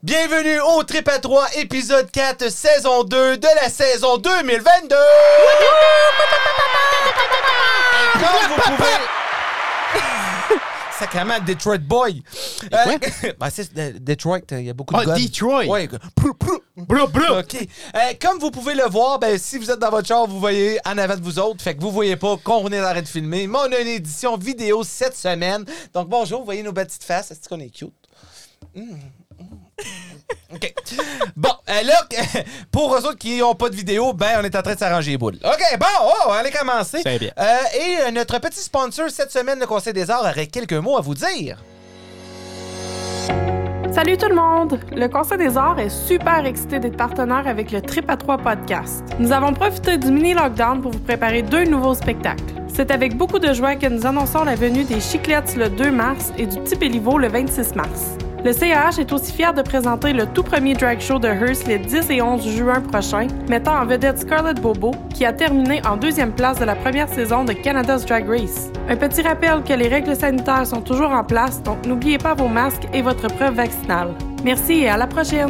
Bienvenue au Trip à 3, épisode 4, saison 2 de la saison 2022! Et comme vous pouvez... Sacrément, Detroit Boy. C'est Detroit, il y a beaucoup de guns. Detroit. Ouais. OK. Comme vous pouvez le voir, si vous êtes dans votre char, vous voyez en avant de vous autres. Fait que vous voyez pas qu'on est en train de filmer. Mais on a une édition vidéo cette semaine. Donc bonjour, vous voyez nos petites faces. Est-ce qu'on est cute? OK. Bon, là, pour eux autres qui n'ont pas de vidéo, on est en train de s'arranger les boules. OK, bon, on va aller commencer. C'est bien. Et notre petit sponsor cette semaine, le Conseil des Arts, aurait quelques mots à vous dire. Salut tout le monde! Le Conseil des Arts est super excité d'être partenaire avec le Trip à 3 podcast. Nous avons profité du mini-lockdown pour vous préparer 2 nouveaux spectacles. C'est avec beaucoup de joie que nous annonçons la venue des Chiclettes le 2 mars et du Petit Béliveau le 26 mars. Le CAH est aussi fier de présenter le tout premier drag show de Hearst les 10 et 11 juin prochains, mettant en vedette Scarlett Bobo, qui a terminé en 2e place de la première saison de Canada's Drag Race. Un petit rappel que les règles sanitaires sont toujours en place, donc n'oubliez pas vos masques et votre preuve vaccinale. Merci et à la prochaine!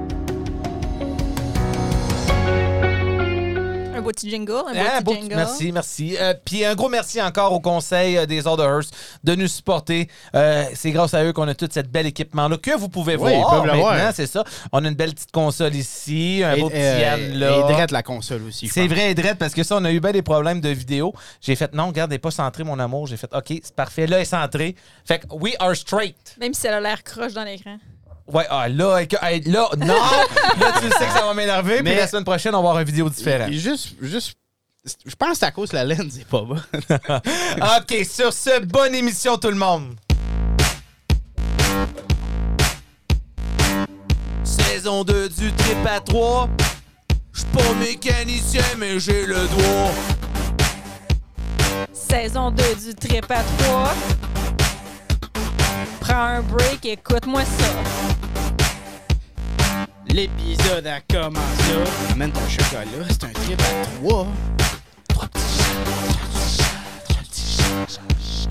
Un beau petit jingle, un beau petit jingle. Merci. Puis un gros merci encore au Conseil des Arts de Hearst de nous supporter. C'est grâce à eux qu'on a tout cet bel équipement-là que vous pouvez voir. Ils peuvent maintenant, l'avoir. c'est ça. On a une belle petite console ici, un beau petit Yann là. Et drette la console aussi. C'est vrai, drette, parce que ça, on a eu bien des problèmes de vidéo. J'ai fait, non, regarde, elle n'est pas centrée, mon amour. J'ai fait, OK, c'est parfait. Là, elle est centrée. Fait que, we are straight. Même si elle a l'air croche dans l'écran. Ouais, non! Là, tu sais que ça va m'énerver. Puis la semaine prochaine, on va avoir une vidéo différente. Juste, je pense que c'est à cause de la laine, c'est pas bon. OK, sur ce, bonne émission, tout le monde. Saison 2 du Trip à 3. J'suis pas mécanicien, mais j'ai le doigt. Saison 2 du Trip à 3. Prends un break, écoute-moi ça. L'épisode a commencé. Amène ton chocolat, c'est un trip à 3. 3 petits chats.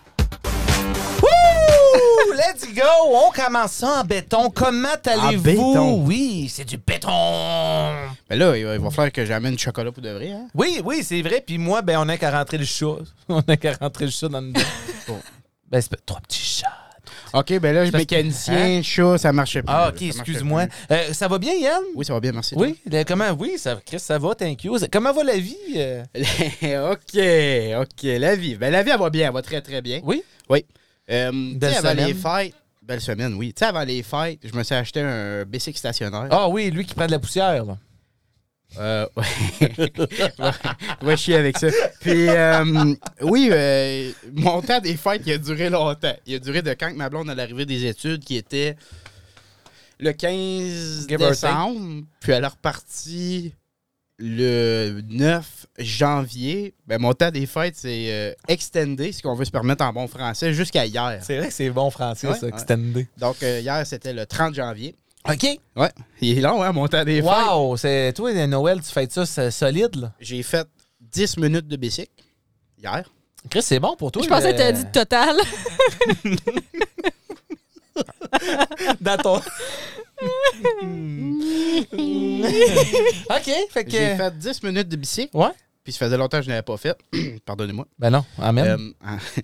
Wouh! Let's go! On commence ça en béton. Comment allez-vous? béton? Oui, c'est du béton. Mais là, il va falloir que j'amène du chocolat pour de vrai. Hein? Oui, c'est vrai. Puis moi, on a qu'à rentrer le chat. On a qu'à rentrer le chat dans le dos. Bon. C'est 3 petits chats. OK, là, mécanicien, chat, ça marchait plus. Ah, OK, excuse-moi. Ça va bien, Yann? Oui, ça va bien, merci. Oui, comment? Oui, Chris, ça va, thank you. Comment va la vie? OK, la vie. La vie, elle va bien, elle va très, très bien. Oui? Oui. Belle avant semaine. les fêtes, belle semaine, oui. Tu sais, avant les fêtes, je me suis acheté un bicycle stationnaire. Ah oui, lui qui prend de la poussière, là. Ouais, chier avec ça. Puis, mon temps des fêtes, il a duré longtemps. Il a duré de quand ma blonde à l'arrivée des études, qui était le 15 décembre. Puis, elle est repartie le 9 janvier. Mon temps des fêtes, c'est extendé, si on veut se permettre en bon français, jusqu'à hier. C'est vrai que c'est bon français, Ouais, ça, extendé. Donc, hier, c'était le 30 janvier. OK. Ouais, il est long, hein, mon temps des fêtes. Wow! C'est toi, Noël, tu fais ça c'est solide, là. J'ai fait 10 minutes de bicycle hier. Chris, c'est bon pour toi. Je pensais que tu as dit total. Dans ton... OK, fait que... J'ai fait 10 minutes de bicycle. Ouais? Puis ça faisait longtemps que je n'avais pas fait. Pardonnez-moi. Ben non, amen.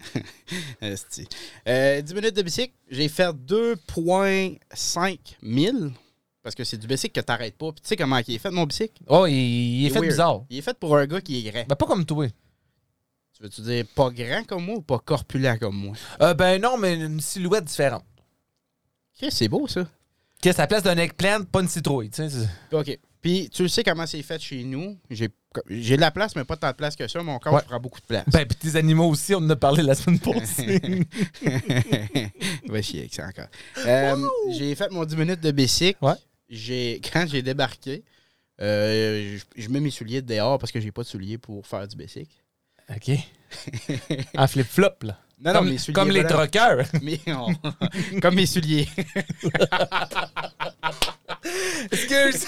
10 minutes de bicycle. J'ai fait 2,5 000. Parce que c'est du bicycle que tu n'arrêtes pas. Puis tu sais comment il est fait, mon bicycle? Oh, il est fait weird. bizarre. Il est fait pour un gars qui est grand. Ben pas comme toi. Tu veux-tu dire pas grand comme moi ou pas corpulent comme moi? Non, mais une silhouette différente. OK, c'est beau, ça. Qu'est-ce à la place d'un eggplant, pas une citrouille, tu sais. OK. Puis tu le sais comment c'est fait chez nous. J'ai de la place, mais pas tant de place que ça. Mon corps prend beaucoup de place. Puis tes animaux aussi, on en a parlé la semaine passée. Va chier avec ça encore. J'ai fait mon 10 minutes de bicycle. Ouais. Quand j'ai débarqué, je mets mes souliers dehors parce que j'ai pas de souliers pour faire du bicycle. OK. En flip-flop, là. Non, mes souliers. Comme les truckers. Comme mes souliers. Ce Excuse.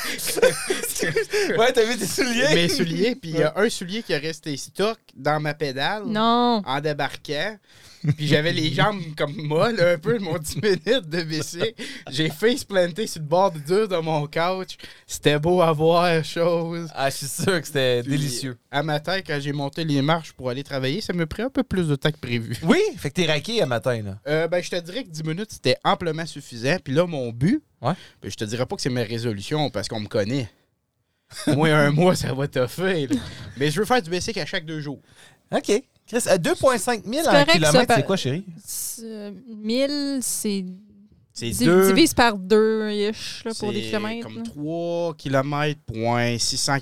Ouais, t'as vu tes souliers? Mes souliers, puis il y a un soulier qui est resté stock dans ma pédale. Non. En débarquant. Puis j'avais les jambes comme moi, là, un peu, mon 10 minutes de baisser. J'ai face planté sur le bord dur de mon couch. C'était beau à voir, chose. Ah, je suis sûr que c'était Puis, délicieux. À matin, quand j'ai monté les marches pour aller travailler, ça me pris un peu plus de temps que prévu. Oui? Fait que t'es raqué à matin, là. Ben, je te dirais que 10 minutes, c'était amplement suffisant. Puis là, mon but, Ouais. ben, je te dirais pas que c'est ma résolution parce qu'on me connaît. Moi, un mois, ça va toffer. Là. Mais je veux faire du basic à chaque 2 jours. OK. Chris, 2,5 000 C'est en correct, ça, kilomètres, c'est quoi, chérie? 1000, c'est. C'est 2. Divise par 2-ish là, pour des kilomètres. Comme là. 3 km, point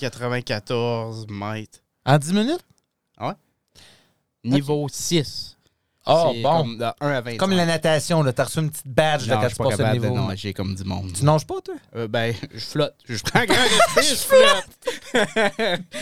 694 mètres. En 10 minutes? Niveau 6. Oh, C'est bon. Comme de 1 à 20. Comme la natation, là. T'as reçu une petite badge là, Non, quand je tu suis pas passes le capable de niveau. nager comme du monde. Tu nages pas, toi? Ben, je flotte. Je prends un grand respire, je flotte.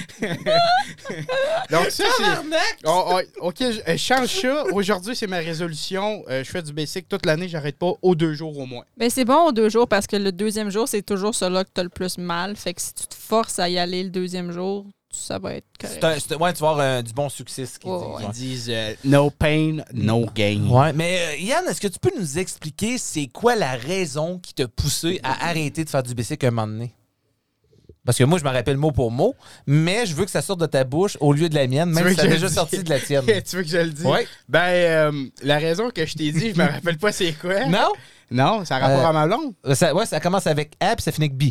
Donc, ça, c'est. OK, je change ça. Aujourd'hui, c'est ma résolution. Je fais du basic toute l'année. J'arrête pas aux 2 jours au moins. Ben, c'est bon aux 2 jours parce que le deuxième jour, c'est toujours celui-là que tu as le plus mal. Fait que si tu te forces à y aller le deuxième jour, ça va être correct. Ouais, tu vas avoir du bon succès, ce qu'ils Ouais, disent. Ils disent no pain, no gain. Ouais, mais Yann, est-ce que tu peux nous expliquer c'est quoi la raison qui t'a poussé à arrêter de faire du basic un moment donné? Parce que moi, je me rappelle mot pour mot, mais je veux que ça sorte de ta bouche au lieu de la mienne, même si ça a déjà sorti de la tienne. Tu veux que je le dise? Ouais. Ben, la raison que je t'ai dit, je me rappelle pas c'est quoi. Non? Non, ça a rapport à ma blonde. Ça commence avec A puis ça finit avec B.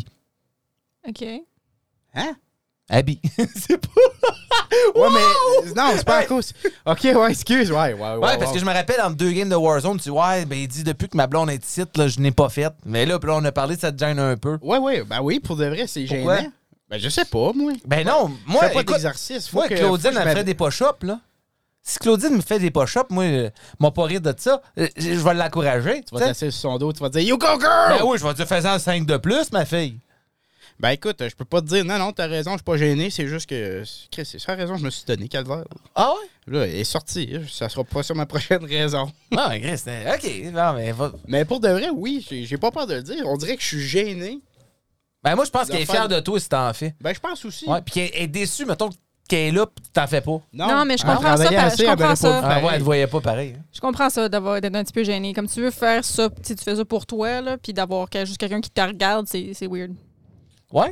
OK. Hein? Abby. C'est pas. Ouais, mais non, c'est pas à cause. OK, ouais, excuse. Ouais, Parce que je me rappelle entre 2 games de Warzone, tu dis, ouais, ben il dit depuis que ma blonde est ici, là, je n'ai pas fait. Mais là, puis là, on a parlé, ça te gêne un peu. Ouais, ben oui, pour de vrai, c'est Pourquoi? gênant. Ben, je sais pas, moi. Ben non, moi, Je fais pas écoute, d'exercice. moi, Claudine, elle ferait des push-ups, là. Si Claudine me fait des push-ups, moi, m'en pas rire de ça, je vais l'encourager. Tu vas t'asseoir sur son dos, tu vas dire, You go, girl! Ben oui, je vais te faire 5 de plus, ma fille. Ben écoute, je peux pas te dire, non, t'as raison, je suis pas gêné, c'est juste que, Chris, c'est sa raison, je me suis donné, calvaire. Ah ouais? Là, elle est sortie, ça sera pas sur ma prochaine raison. Ah, mais Chris, OK. Non, mais Mais pour de vrai, oui, j'ai pas peur de le dire. On dirait que je suis gêné. ben moi, je pense qu'elle est fière de toi si t'en fais. Ben je pense aussi. Ouais, puis qu'elle est déçue, mettons, qu'elle est là, puis t'en fais pas. Non, mais je elle comprends ça, travaillait assez, je elle comprends avait ça. pas le Ah faire. ouais, elle te voyait pas pareil. Hein. Je comprends ça, d'être un petit peu gêné. Comme tu veux faire ça, tu fais ça pour toi, là, puis d'avoir juste quelqu'un qui te regarde, c'est weird. Ouais?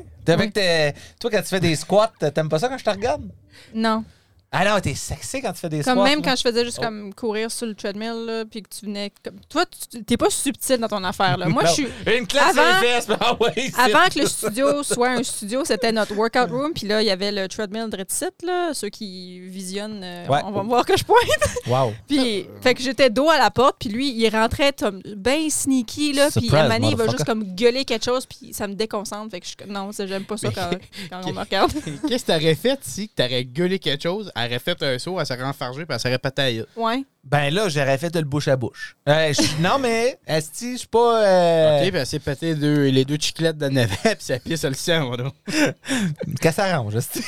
Toi, quand tu fais des squats, t'aimes pas ça quand je te regarde? Non. Ah non, t'es sexy quand tu fais des Comme squats. même là. quand je faisais juste comme courir sur le treadmill, là, puis que tu venais. Toi, t'es pas subtil dans ton affaire. Là. Moi, Non. je suis. Une classe Avant- sur les fesses, ah ouais, c'est- Avant que le studio soit un studio, c'était notre workout room. Puis là, il y avait le treadmill de site, là. Ceux qui visionnent, Ouais. on va voir que je pointe. Wow. Puis, fait que j'étais dos à la porte. Puis lui, il rentrait comme bien sneaky, là. Puis Surprise, à un moment donné, il va motherfucker. juste comme gueuler quelque chose. Puis ça me déconcentre. Fait que non, j'aime pas ça quand on me regarde. Qu'est-ce que t'aurais fait si t'aurais gueulé quelque chose, elle aurait fait un saut, elle serait enfargée, puis elle serait pété à la gueule? Ouais. Ben là, j'aurais fait le bouche à bouche. Non, mais, esti, je suis pas. OK, puis elle s'est pété les 2 chiclettes de navet, puis ça pisse sur le sang, mon dos. Qu'elle s'arrange, esti.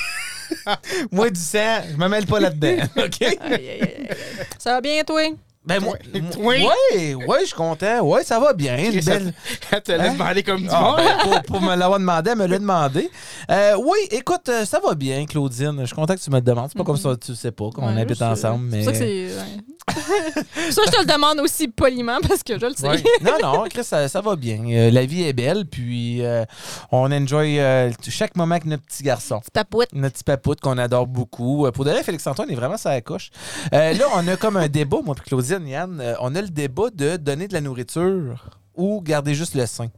Moi, du sang, je me mêle pas là-dedans. OK? Aïe, aïe, aïe, aïe. Ça va bien, toi? Ben, moi. Oui. Ouais, je suis content. Ouais, ça va bien. Une belle. Elle te laisse demander comme du Ah, monde. ben, pour me l'avoir demandé, elle me l'a demandé. Oui, écoute, ça va bien, Claudine. Je suis content que tu me le demandes. C'est pas comme ça, tu sais pas, qu'on Ouais, habite je sais. ensemble. Mais... C'est pour ça que c'est. Ouais. Ça, je te le demande aussi poliment parce que je le sais. Ouais. Non, Chris, ça va bien. La vie est belle, puis on enjoy chaque moment avec notre petit garçon. Papouette. Notre petit papoute qu'on adore beaucoup. Pour de vrai, Félix-Antoine est vraiment sur la coche. Là, on a comme un débat, moi et Claudine, Yann. On a le débat de donner de la nourriture ou garder juste le sein.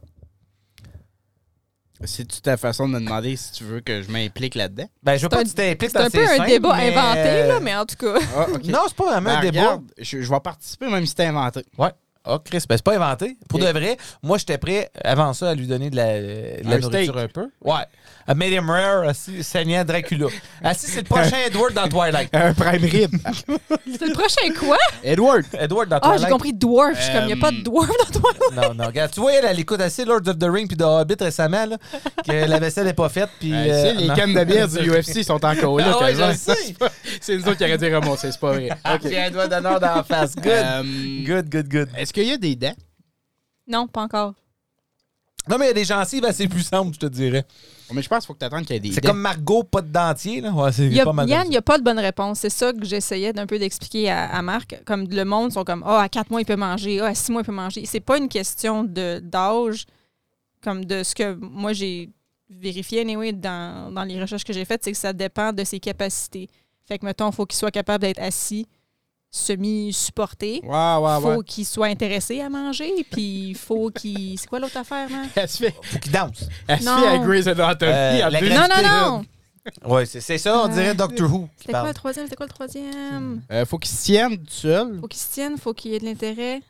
C'est-tu ta façon de me demander si tu veux que je m'implique là-dedans? Ben, je veux pas un- que tu t'impliques C'est dans un ces peu un seins, débat mais, inventé, là, mais en tout cas. Ah, OK. Non, c'est pas vraiment Ben, un débat. regarde, je vais participer même si c'est inventé. Ouais. Ah, Chris, ben c'est pas inventé. Pour Ok. de vrai, moi, j'étais prêt, avant ça, à lui donner de la Un nourriture steak. un peu. Ouais. A medium rare, assis, saignant Dracula. Assis, c'est le prochain Edward dans Twilight. Un prime rib. C'est le prochain quoi? Edward. Edward dans Ah, Twilight. j'ai compris dwarf. Je suis comme, il n'y a pas de dwarf dans toi. Non, regarde. Tu vois, elle écoute assez Lord of the Ring puis The Hobbit récemment, là, que la vaisselle n'est pas faite. Puis, les non. cannes de bière du UFC sont encore là. Ah ouais, quasiment. je sais. C'est nous autres qui auraient dû remonter, c'est pas vrai. Puis OK. un doigt d'honneur dans la face. Good. Good. Est-ce qu'il y a des dents? Non, pas encore. Non, mais il y a des gencives assez puissantes, je te dirais. Mais je pense qu'il faut que tu attendes qu'il y ait des C'est dents. comme Margot, pas de dentier. Là. Ouais, c'est pas mal. Yann, il n'y a pas de bonne réponse. C'est ça que j'essayais d'un peu d'expliquer à Marc. Comme le monde sont comme, à 4 mois, il peut manger. À 6 mois, il peut manger. C'est pas une question d'âge, comme de ce que moi, j'ai vérifié anyway, dans les recherches que j'ai faites, c'est que ça dépend de ses capacités. Fait que, mettons, il faut qu'il soit capable d'être assis, semi-supporté. Faut qu'il soit intéressé à manger, puis il faut qu'il... C'est quoi l'autre affaire, man? Faut qu'il danse. Elle se fait à Grey's Anatomy. Non. Ouais, c'est ça, on dirait Doctor Who. C'était quoi le troisième? Faut qu'il se tienne tout seul. Faut qu'il se tienne, faut qu'il ait de l'intérêt.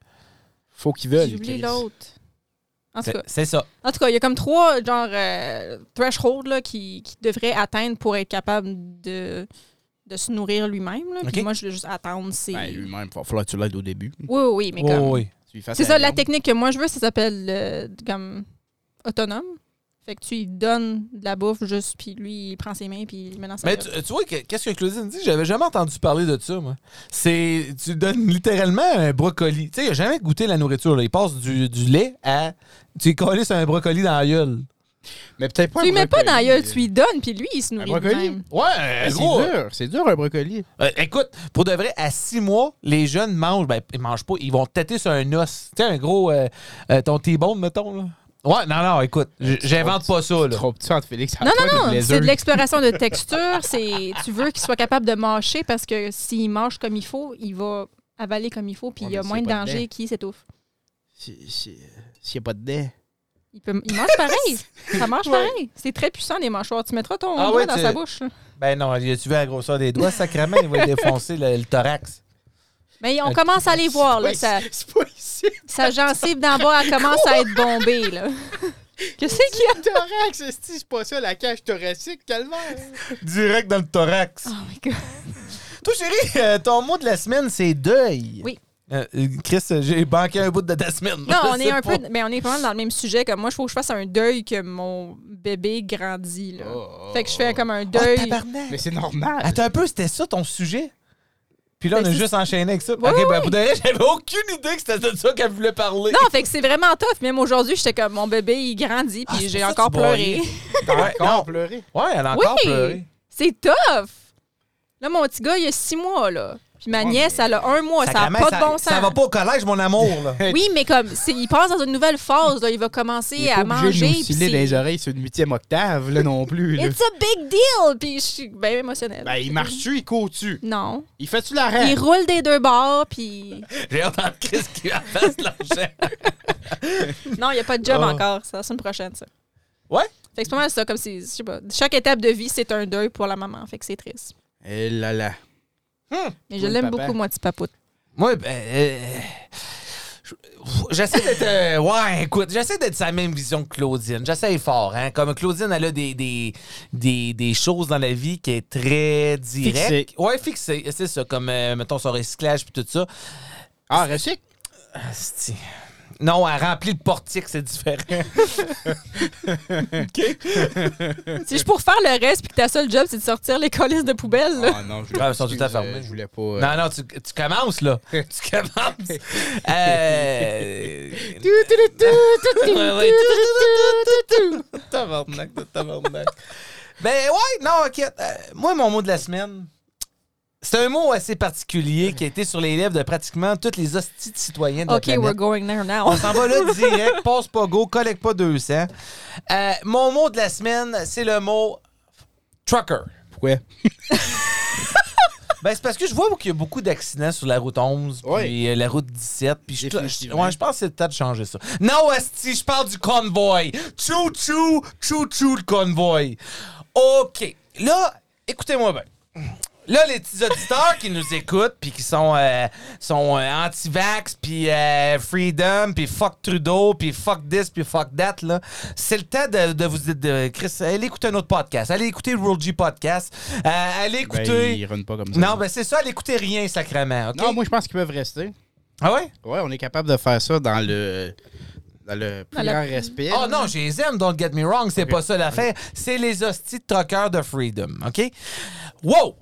Faut qu'il veuille. J'ai oublié l'autre. En tout cas. C'est ça. En tout cas, il y a comme 3 thresholds là, qui devrait atteindre pour être capable de se nourrir lui-même. Là. Puis moi, je vais juste attendre. Lui-même, il va falloir que tu l'aides au début. Oui, mais comme... Oui. C'est ça, la technique que moi je veux, ça s'appelle comme autonome. Fait que tu lui donnes de la bouffe juste, puis lui, il prend ses mains, puis il met dans sa gueule. Mais tu vois, qu'est-ce que Claudine dit? J'avais jamais entendu parler de ça, moi. Tu donnes littéralement un brocoli. Tu sais, il a jamais goûté la nourriture. Là. Il passe du lait à... Tu lui colles sur un brocoli dans la gueule. Mais peut-être pas. Tu lui mets pas dans la gueule, tu lui donnes, puis lui, il se nourrit lui-même. Ouais, gros. C'est dur un brocoli. Écoute, pour de vrai, à 6 mois, les jeunes mangent, ils mangent pas, ils vont têter sur un os. Tu sais, un gros, ton T-bone, mettons, là. Ouais, non, écoute, j'invente pas ça, là. Trop petit entre Félix. Non, c'est de l'exploration de texture. Tu veux qu'il soit capable de mâcher parce que s'il mâche comme il faut, il va avaler comme il faut, puis il y a moins de danger qu'il s'étouffe. S'il n'y a pas de dents. Il mange pareil. Ça marche pareil. C'est très puissant, les mâchoires. Tu mettras ton doigt dans sa bouche. Ben non, tu veux la grosseur des doigts, sacrément, il va défoncer le thorax. Mais on commence à les voir, là. C'est pas ici. Sa gencive d'en bas, elle commence à être bombée, là. Qu'est-ce qu'il y a? Le thorax, c'est pas ça, la cage thoracique, calvaire. Direct dans le thorax. Oh my God. Toi, chérie, ton mot de la semaine, c'est deuil. Oui. Chris, j'ai banqué un bout de ta semaine. Non, on est pas mal dans le même sujet. Comme moi, il faut que je fasse un deuil que mon bébé grandit, là. Fait que je fais comme un deuil. Mais c'est normal. Attends un peu, c'était ça ton sujet? Puis là, on a juste enchaîné avec ça. Oui, OK, ben pour de vrai, j'avais aucune idée que c'était de ça qu'elle voulait parler. Non, fait que c'est vraiment tough. Même aujourd'hui, j'étais comme, mon bébé, il grandit, puis j'ai encore pleuré. T'as encore pleuré? Ouais, elle a encore pleuré. C'est tough. Là, mon petit gars, il a 6 mois, là. Puis ma nièce, elle a 1 mois. Ça n'a pas de bon sens. Ça va pas au collège, mon amour, là. Oui, mais comme, il passe dans une nouvelle phase, là. Il va commencer à manger. Il est pas obligé de nous les oreilles sur une 8e octave, là, non plus. Là. It's a big deal! Puis je suis bien émotionnelle. Ben, il marche-tu, il court-tu? Non. Il fait-tu l'arrêt? Il roule des 2 bords, puis... J'ai hâte d'entendre Chris qui va faire de l'argent. Non, il n'y a pas de job encore. C'est la semaine prochaine, ça. Ouais? Fait que c'est pas mal ça, comme si, je sais pas, chaque étape de vie, c'est un deuil pour la maman. Fait que c'est triste. Eh là là. Mais je l'aime beaucoup, moi, petit papoute. Moi, j'essaie d'être... ouais, écoute, j'essaie d'être sa même vision que Claudine. J'essaie fort, hein. Comme Claudine, elle a des choses dans la vie qui est très directe. Fixée. Ouais, fixée, c'est ça. Comme, mettons, son recyclage puis tout ça. Ah, recycle? Non, elle remplit le portique, c'est différent. OK. Si je pour faire le reste puis que ta seule job, c'est de sortir les colis de poubelle, là. Ah non, ils sont tout à fait je voulais pas... Non, tu commences, là. Tu commences. Tabarnak. Ben ouais, non, OK. Moi, mon mot de la semaine... C'est un mot assez particulier qui a été sur les lèvres de pratiquement tous les hosties de citoyens de la planète. OK, we're going there now. On s'en va là direct, passe pas go, collecte pas 200. Mon mot de la semaine, c'est le mot trucker. Pourquoi? Ben, c'est parce que je vois qu'il y a beaucoup d'accidents sur la route 11 puis la route 17. Puis je pense que c'est le temps de changer ça. Non, asti, je parle du convoy. Chou-chou, le convoy. OK. Là, écoutez-moi bien. Là, les petits auditeurs qui nous écoutent puis qui sont anti-vax puis freedom puis fuck Trudeau puis fuck this puis fuck that, là, c'est le temps de vous dire, Chris, allez écouter un autre podcast. Allez écouter le World G Podcast. Allez écouter... Ben, ils runnent pas comme ça. Non, ben c'est ça, allez écouter rien, sacrément. Okay? Non, moi, je pense qu'ils peuvent rester. Ah ouais? Ouais, on est capable de faire ça dans le plus grand respect. Oh non, je les aime, don't get me wrong, c'est pas ça l'affaire. C'est les hosties de truckers de freedom, OK? Wow!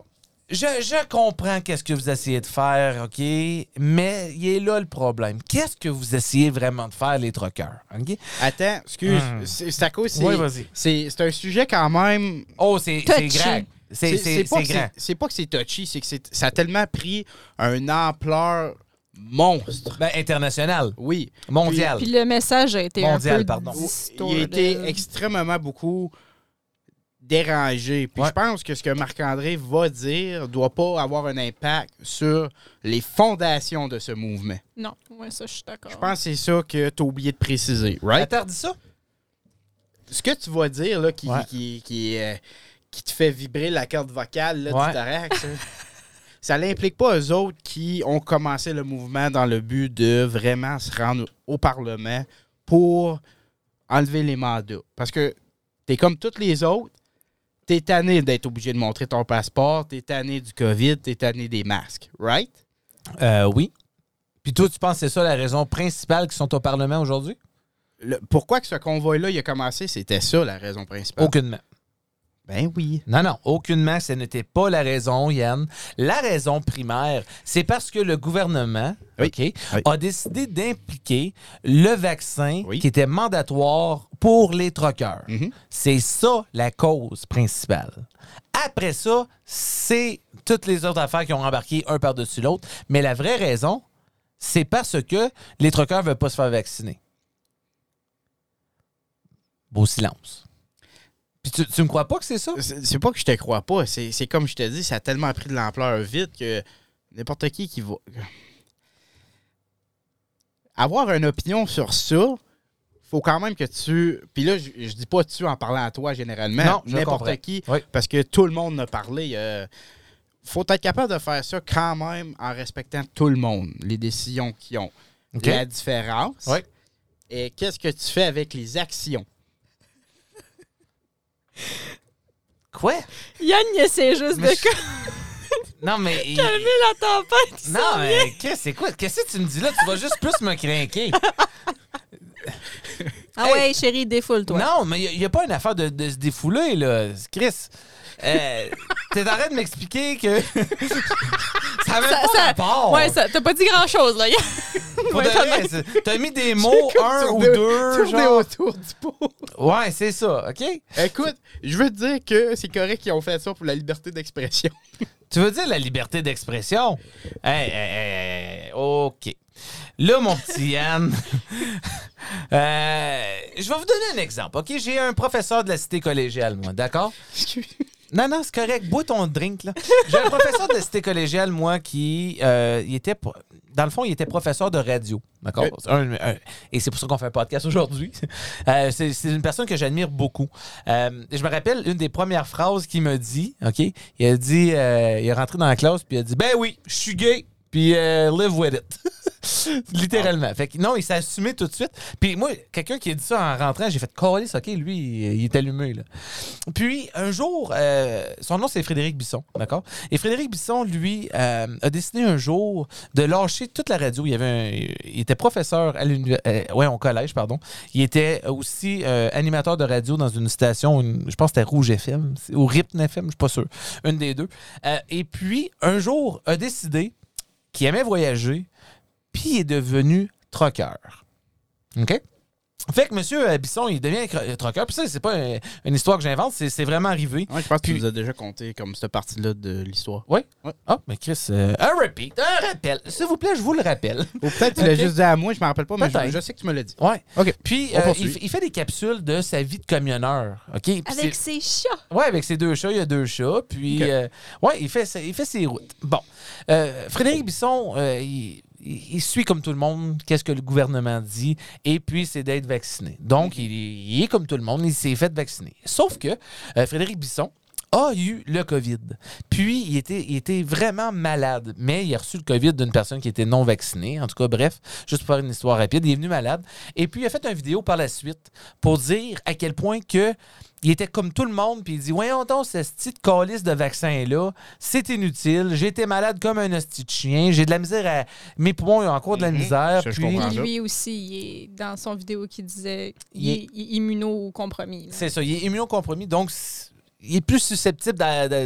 Je comprends qu'est-ce que vous essayez de faire, OK? Mais il est là le problème. Qu'est-ce que vous essayez vraiment de faire, les truckers? OK? Attends, excuse. C'est à cause... Oui, vas-y. C'est un sujet quand même... Oh, c'est grand. C'est grand. C'est pas que c'est touchy, c'est que ça a tellement pris une ampleur monstre. Ben, international. Oui. Mondial. Puis le message a été Mondial, un peu pardon. Il a été extrêmement beaucoup dérangé. Puis je pense que ce que Marc-André va dire doit pas avoir un impact sur les fondations de ce mouvement. Non, ouais, ça, je suis d'accord. Je pense que c'est ça que tu as oublié de préciser, right? Attends, dis ça? Ce que tu vas dire, là, qui te fait vibrer la corde vocale là, du thorax, ça n'implique pas eux autres qui ont commencé le mouvement dans le but de vraiment se rendre au Parlement pour enlever les mandats. Parce que t'es comme tous les autres, t'es tanné d'être obligé de montrer ton passeport, t'es tanné du COVID, t'es tanné des masques, right? Oui. Puis toi, tu penses que c'est ça la raison principale qu'ils sont au Parlement aujourd'hui? Pourquoi que ce convoi-là il a commencé, c'était ça la raison principale? Aucunement. Ben oui. Non, aucunement, ce n'était pas la raison, Yann. La raison primaire, c'est parce que le gouvernement a décidé d'impliquer le vaccin qui était mandatoire pour les truckers. Mm-hmm. C'est ça la cause principale. Après ça, c'est toutes les autres affaires qui ont embarqué un par-dessus l'autre. Mais la vraie raison, c'est parce que les truckers ne veulent pas se faire vacciner. Beau silence. Puis tu me crois pas que c'est ça? C'est pas que je te crois pas. C'est comme je te dis, ça a tellement pris de l'ampleur vite que n'importe qui va... Avoir une opinion sur ça, faut quand même que tu... Puis là, je dis pas tu en parlant à toi généralement. Non, n'importe qui, parce que tout le monde en a parlé. Faut être capable de faire ça quand même en respectant tout le monde, les décisions qui ont. Okay. La différence. Et qu'est-ce que tu fais avec les actions? Quoi? Yann, il essaie juste de non, mais calmer la tempête. Non, mais c'est quoi? Qu'est-ce que tu me dis là? Tu vas juste plus me craquer. Ah ouais, chérie, défoule-toi. Non, mais il n'y a pas une affaire de se défouler, là. Chris, t'es en train de m'expliquer que ça n'avait pas rapport. Ouais, t'as pas dit grand-chose, là. T'as mis des mots, un ou deux, genre. Autour du pot. Ouais, c'est ça, OK? Écoute, je veux te dire que c'est correct qu'ils ont fait ça pour la liberté d'expression. Tu veux dire la liberté d'expression? OK. Là, mon petit Yann, je vais vous donner un exemple, OK? J'ai un professeur de la cité collégiale, moi, d'accord? Non, c'est correct. Bois ton drink, là. J'ai un professeur de la cité collégiale, moi, qui dans le fond, il était professeur de radio, d'accord? Et c'est pour ça qu'on fait un podcast aujourd'hui. C'est une personne que j'admire beaucoup. Je me rappelle une des premières phrases qu'il m'a dit, OK? Il a dit, il est rentré dans la classe, puis il a dit, ben oui, je suis gay, puis live with it. Littéralement. Fait que non, il s'est assumé tout de suite. Puis moi, quelqu'un qui a dit ça en rentrant, j'ai fait câlisse, OK, lui, il est allumé, là. Puis un jour, son nom c'est Frédéric Bisson, d'accord? Et Frédéric Bisson, lui, a décidé un jour de lâcher toute la radio. Il était professeur à au collège, pardon. Il était aussi animateur de radio dans une station, je pense que c'était Rouge FM, ou Ripton FM, je suis pas sûr. Une des deux. Et puis, un jour, a décidé qu'il aimait voyager, puis il est devenu trucker. OK? Fait que M. Bisson, il devient trucker. Puis ça, c'est pas une histoire que j'invente, c'est vraiment arrivé. Ouais, je pense que tu nous as déjà conté comme cette partie-là de l'histoire. Oui? Ah, mais Chris, un rappel. S'il vous plaît, je vous le rappelle. Ou peut-être que tu l'as juste dit à moi, je me rappelle pas, mais je sais que tu me l'as dit. Ouais. OK. Puis, il fait des capsules de sa vie de camionneur. OK? Avec ses chats. Oui, avec ses 2 chats. Il y a 2 chats. Puis, il fait ses routes. Bon. Frédéric Bisson, il suit comme tout le monde qu'est-ce que le gouvernement dit, et puis c'est d'être vacciné. Donc, il est comme tout le monde, il s'est fait vacciner. Sauf que Frédéric Bisson a eu le COVID. Puis, il était vraiment malade, mais il a reçu le COVID d'une personne qui était non vaccinée. En tout cas, bref, juste pour faire une histoire rapide, il est venu malade. Et puis, il a fait une vidéo par la suite pour dire à quel point que il était comme tout le monde, puis il dit « Voyons donc, ce petite calice de vaccin-là, c'est inutile. J'ai été malade comme un hostie de chien. J'ai de la misère à... Mes poumons, ils ont encore de la misère. » Puis lui aussi, il est dans son vidéo qui disait il est immunocompromis. C'est ça, il est immunocompromis, donc il est plus susceptible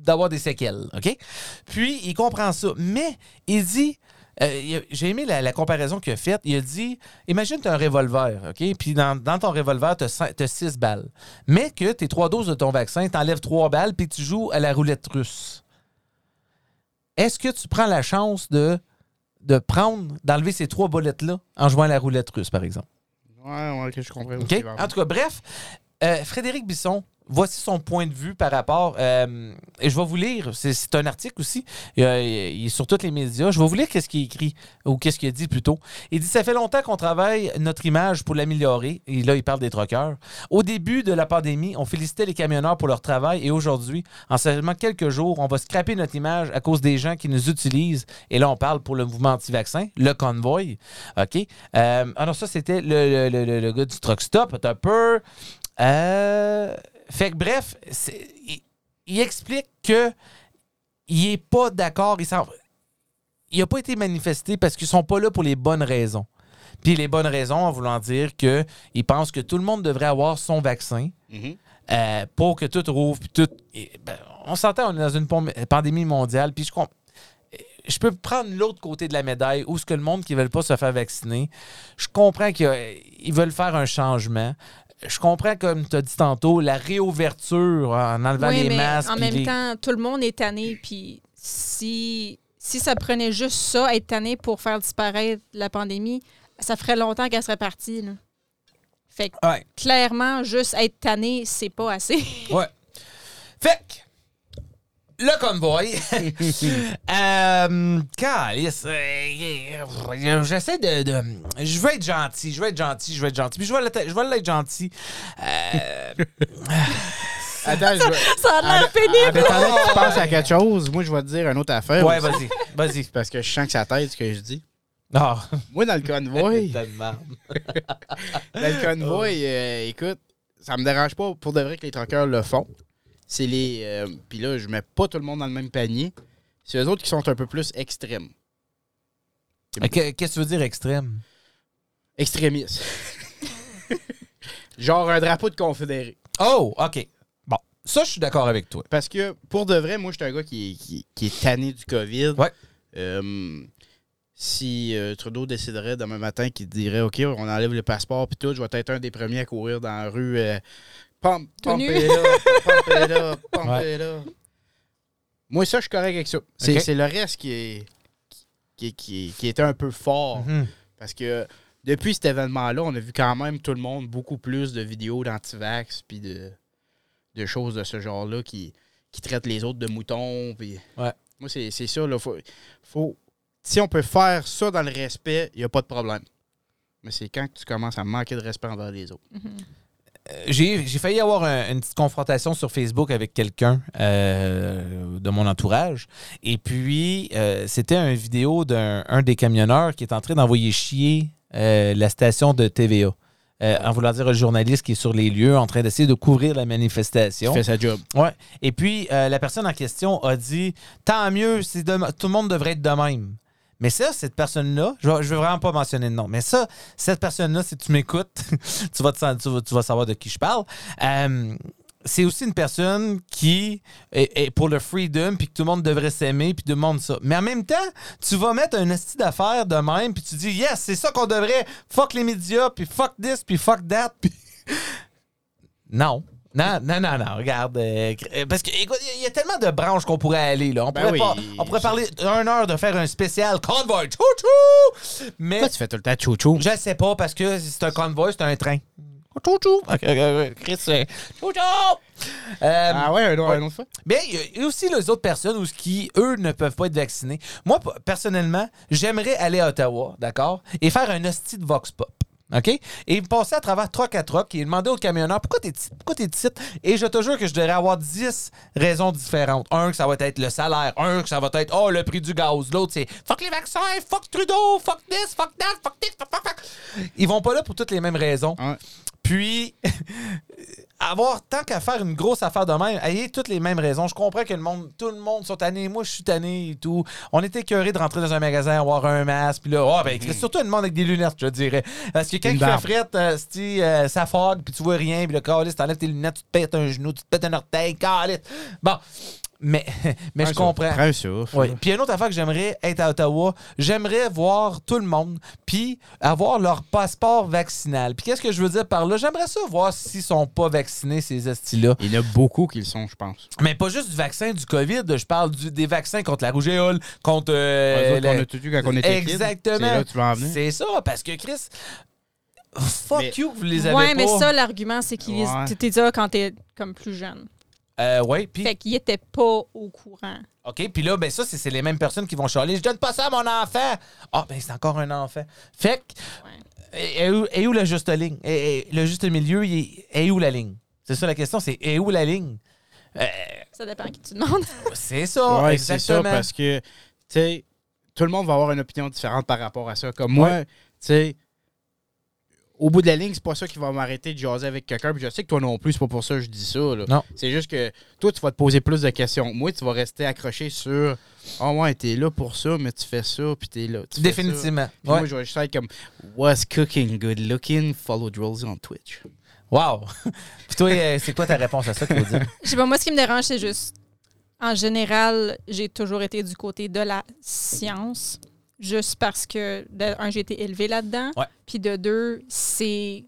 d'avoir des séquelles, OK? Puis, il comprend ça. Mais, il dit... j'ai aimé la comparaison qu'il a faite. Il a dit, imagine tu as un revolver, OK? Puis dans ton revolver, tu as 6 balles. Mais que tes 3 doses de ton vaccin, tu enlèves 3 balles puis tu joues à la roulette russe. Est-ce que tu prends la chance d'enlever ces 3 boulettes-là en jouant à la roulette russe, par exemple? Ouais, que je comprends. OK? En tout cas, bref, Frédéric Bisson, voici son point de vue par rapport... et je vais vous lire, c'est un article aussi, il est sur tous les médias. Je vais vous lire qu'est-ce qu'il écrit, ou qu'est-ce qu'il a dit plutôt. Il dit « Ça fait longtemps qu'on travaille notre image pour l'améliorer. » Et là, il parle des truckers. « Au début de la pandémie, on félicitait les camionneurs pour leur travail. Et aujourd'hui, en seulement quelques jours, on va scraper notre image à cause des gens qui nous utilisent. » Et là, on parle pour le mouvement anti-vaccin, le convoy. OK? Alors ça, c'était le gars du truck stop. Un peu... Fait que bref, il explique que il est pas d'accord, il n'a pas été manifesté parce qu'ils sont pas là pour les bonnes raisons. Puis les bonnes raisons en voulant dire qu'il pense que tout le monde devrait avoir son vaccin pour que tout rouvre. Puis tout, on s'entend, on est dans une pandémie mondiale, puis je peux prendre l'autre côté de la médaille où ce que le monde qui ne veut pas se faire vacciner, je comprends qu'ils veulent faire un changement. Je comprends, comme tu as dit tantôt, la réouverture en enlevant les masques. En même temps, tout le monde est tanné. Puis si ça prenait juste ça, être tanné pour faire disparaître la pandémie, ça ferait longtemps qu'elle serait partie. Là. Fait que clairement, juste être tanné, c'est pas assez. Ouais. Fait que le convoy. J'essaie de. Je veux être gentil. Puis je vais l'être gentil. Attends, ça a l'air pénible. Attends que tu penses à quelque chose. Moi, je vais te dire une autre affaire. Ouais, aussi. vas-y. Parce que je sens que ça t'aide ce que je dis. Oh. Moi, dans le convoy. Écoute, ça me dérange pas pour de vrai que les truckers le font. C'est les. Puis là, je mets pas tout le monde dans le même panier. C'est eux autres qui sont un peu plus extrêmes. Qu'est-ce que tu veux dire extrême? Extrémistes. Genre un drapeau de confédéré. Oh, OK. Bon, ça, je suis d'accord avec toi. Parce que, pour de vrai, moi, je suis un gars qui est tanné du COVID. Ouais. Si Trudeau déciderait demain matin qu'il dirait « OK, on enlève le passeport puis tout, je vais être un des premiers à courir dans la rue. Pompez-là. Moi, ça, je suis correct avec ça. C'est le reste qui était un peu fort. Mm-hmm. Parce que depuis cet événement-là, on a vu quand même tout le monde beaucoup plus de vidéos d'anti-vax puis de choses de ce genre-là qui traitent les autres de moutons. Puis... Ouais. Moi, c'est ça. Là, faut... Si on peut faire ça dans le respect, il n'y a pas de problème. Mais c'est quand tu commences à manquer de respect envers les autres. Mm-hmm. J'ai failli avoir une petite confrontation sur Facebook avec quelqu'un de mon entourage. Et puis, c'était une vidéo d'un des camionneurs qui est en train d'envoyer chier la station de TVA. En voulant dire le journaliste qui est sur les lieux en train d'essayer de couvrir la manifestation. Il fait sa job. Ouais. Et puis, la personne en question a dit « Tant mieux, tout le monde devrait être de même. » Mais ça, cette personne-là, je veux vraiment pas mentionner de nom, mais ça, cette personne-là, si tu m'écoutes, tu vas savoir de qui je parle. C'est aussi une personne qui est pour le freedom, puis que tout le monde devrait s'aimer, puis tout le monde ça. Mais en même temps, tu vas mettre un esti d'affaires de même, puis tu dis, yes, c'est ça qu'on devrait, fuck les médias, puis fuck this, puis fuck that, puis... Non, regarde. Parce que, écoute, il y a tellement de branches qu'on pourrait aller, là. On pourrait parler d'une heure de faire un spécial convoy. Chou-chou! Mais. Pourquoi tu fais tout le temps chou-chou? Je sais pas, parce que c'est un convoy, c'est un train. Chou-chou! Chris, chou-chou! Ah ouais, une autre fois? Bien, il y a aussi les autres personnes qui, eux, ne peuvent pas être vaccinés. Moi, personnellement, j'aimerais aller à Ottawa, d'accord? Et faire un hostie de Vox Pop. OK? Et il passait à travers truck à truck et il demandait au camionneur pourquoi t'es ici? Et je te jure que je devrais avoir 10 raisons différentes. Un, que ça va être le salaire. Un, que ça va être le prix du gaz. L'autre, c'est fuck les vaccins, fuck Trudeau, fuck this, fuck that, fuck this, fuck. Ils vont pas là pour toutes les mêmes raisons. Ouais. Puis, tant qu'à faire une grosse affaire de même, ayez toutes les mêmes raisons. Je comprends que tout le monde sont tannés. Moi, je suis tanné et tout. On était écœurés de rentrer dans un magasin, avoir un masque. Puis là, surtout un monde avec des lunettes, je dirais. Parce que quand il fait frette, ça fog, puis tu vois rien. Puis le câlisse, t'enlèves tes lunettes, tu te pètes un genou, tu te pètes un orteil, câlisse. Bon. Mais je comprends. Prends un souffle. Oui. Puis une autre affaire que j'aimerais être à Ottawa, j'aimerais voir tout le monde, puis avoir leur passeport vaccinal. Puis qu'est-ce que je veux dire par là? J'aimerais ça voir s'ils sont pas vaccinés, ces hosties-là. Il y en a beaucoup qui le sont, je pense. Mais pas juste du vaccin du COVID, je parle des vaccins contre la rougeole, contre... on a tout eu quand on était kids. Exactement. C'est là que tu vas en venir. C'est ça, parce que Chris... Fuck you, vous les avez ouais, pas. mais ça, l'argument, c'est qu'ils t'es ça quand t'es comme plus jeune. Oui, puis... Fait qu'ils étaient pas au courant. OK, puis là, ben ça, c'est les mêmes personnes qui vont chialer. Je donne pas ça à mon enfant. Ah, ben c'est encore un enfant. Fait que, est où la juste ligne? Le juste milieu, est où la ligne? C'est ça la question, c'est est où la ligne? Ça dépend à qui tu demandes. C'est ça, ouais, exactement. C'est ça, parce que, tu sais, tout le monde va avoir une opinion différente par rapport à ça. Comme moi, tu sais, au bout de la ligne, c'est pas ça qui va m'arrêter de jaser avec quelqu'un. Puis je sais que toi non plus, c'est pas pour ça que je dis ça. Là. Non. C'est juste que toi, tu vas te poser plus de questions. Moi, tu vas rester accroché sur « Ah ouais, t'es là pour ça, mais tu fais ça, puis t'es là. » Définitivement. Puis moi, je vais juste être comme « What's cooking? Good looking? Follow Drolls on Twitch. » Wow! Puis toi, c'est quoi ta réponse à ça, Claudia? Je sais pas, moi, ce qui me dérange, c'est juste... En général, j'ai toujours été du côté de la science. Juste parce que, de un, j'ai été élevée là-dedans. Ouais. Puis de deux, c'est...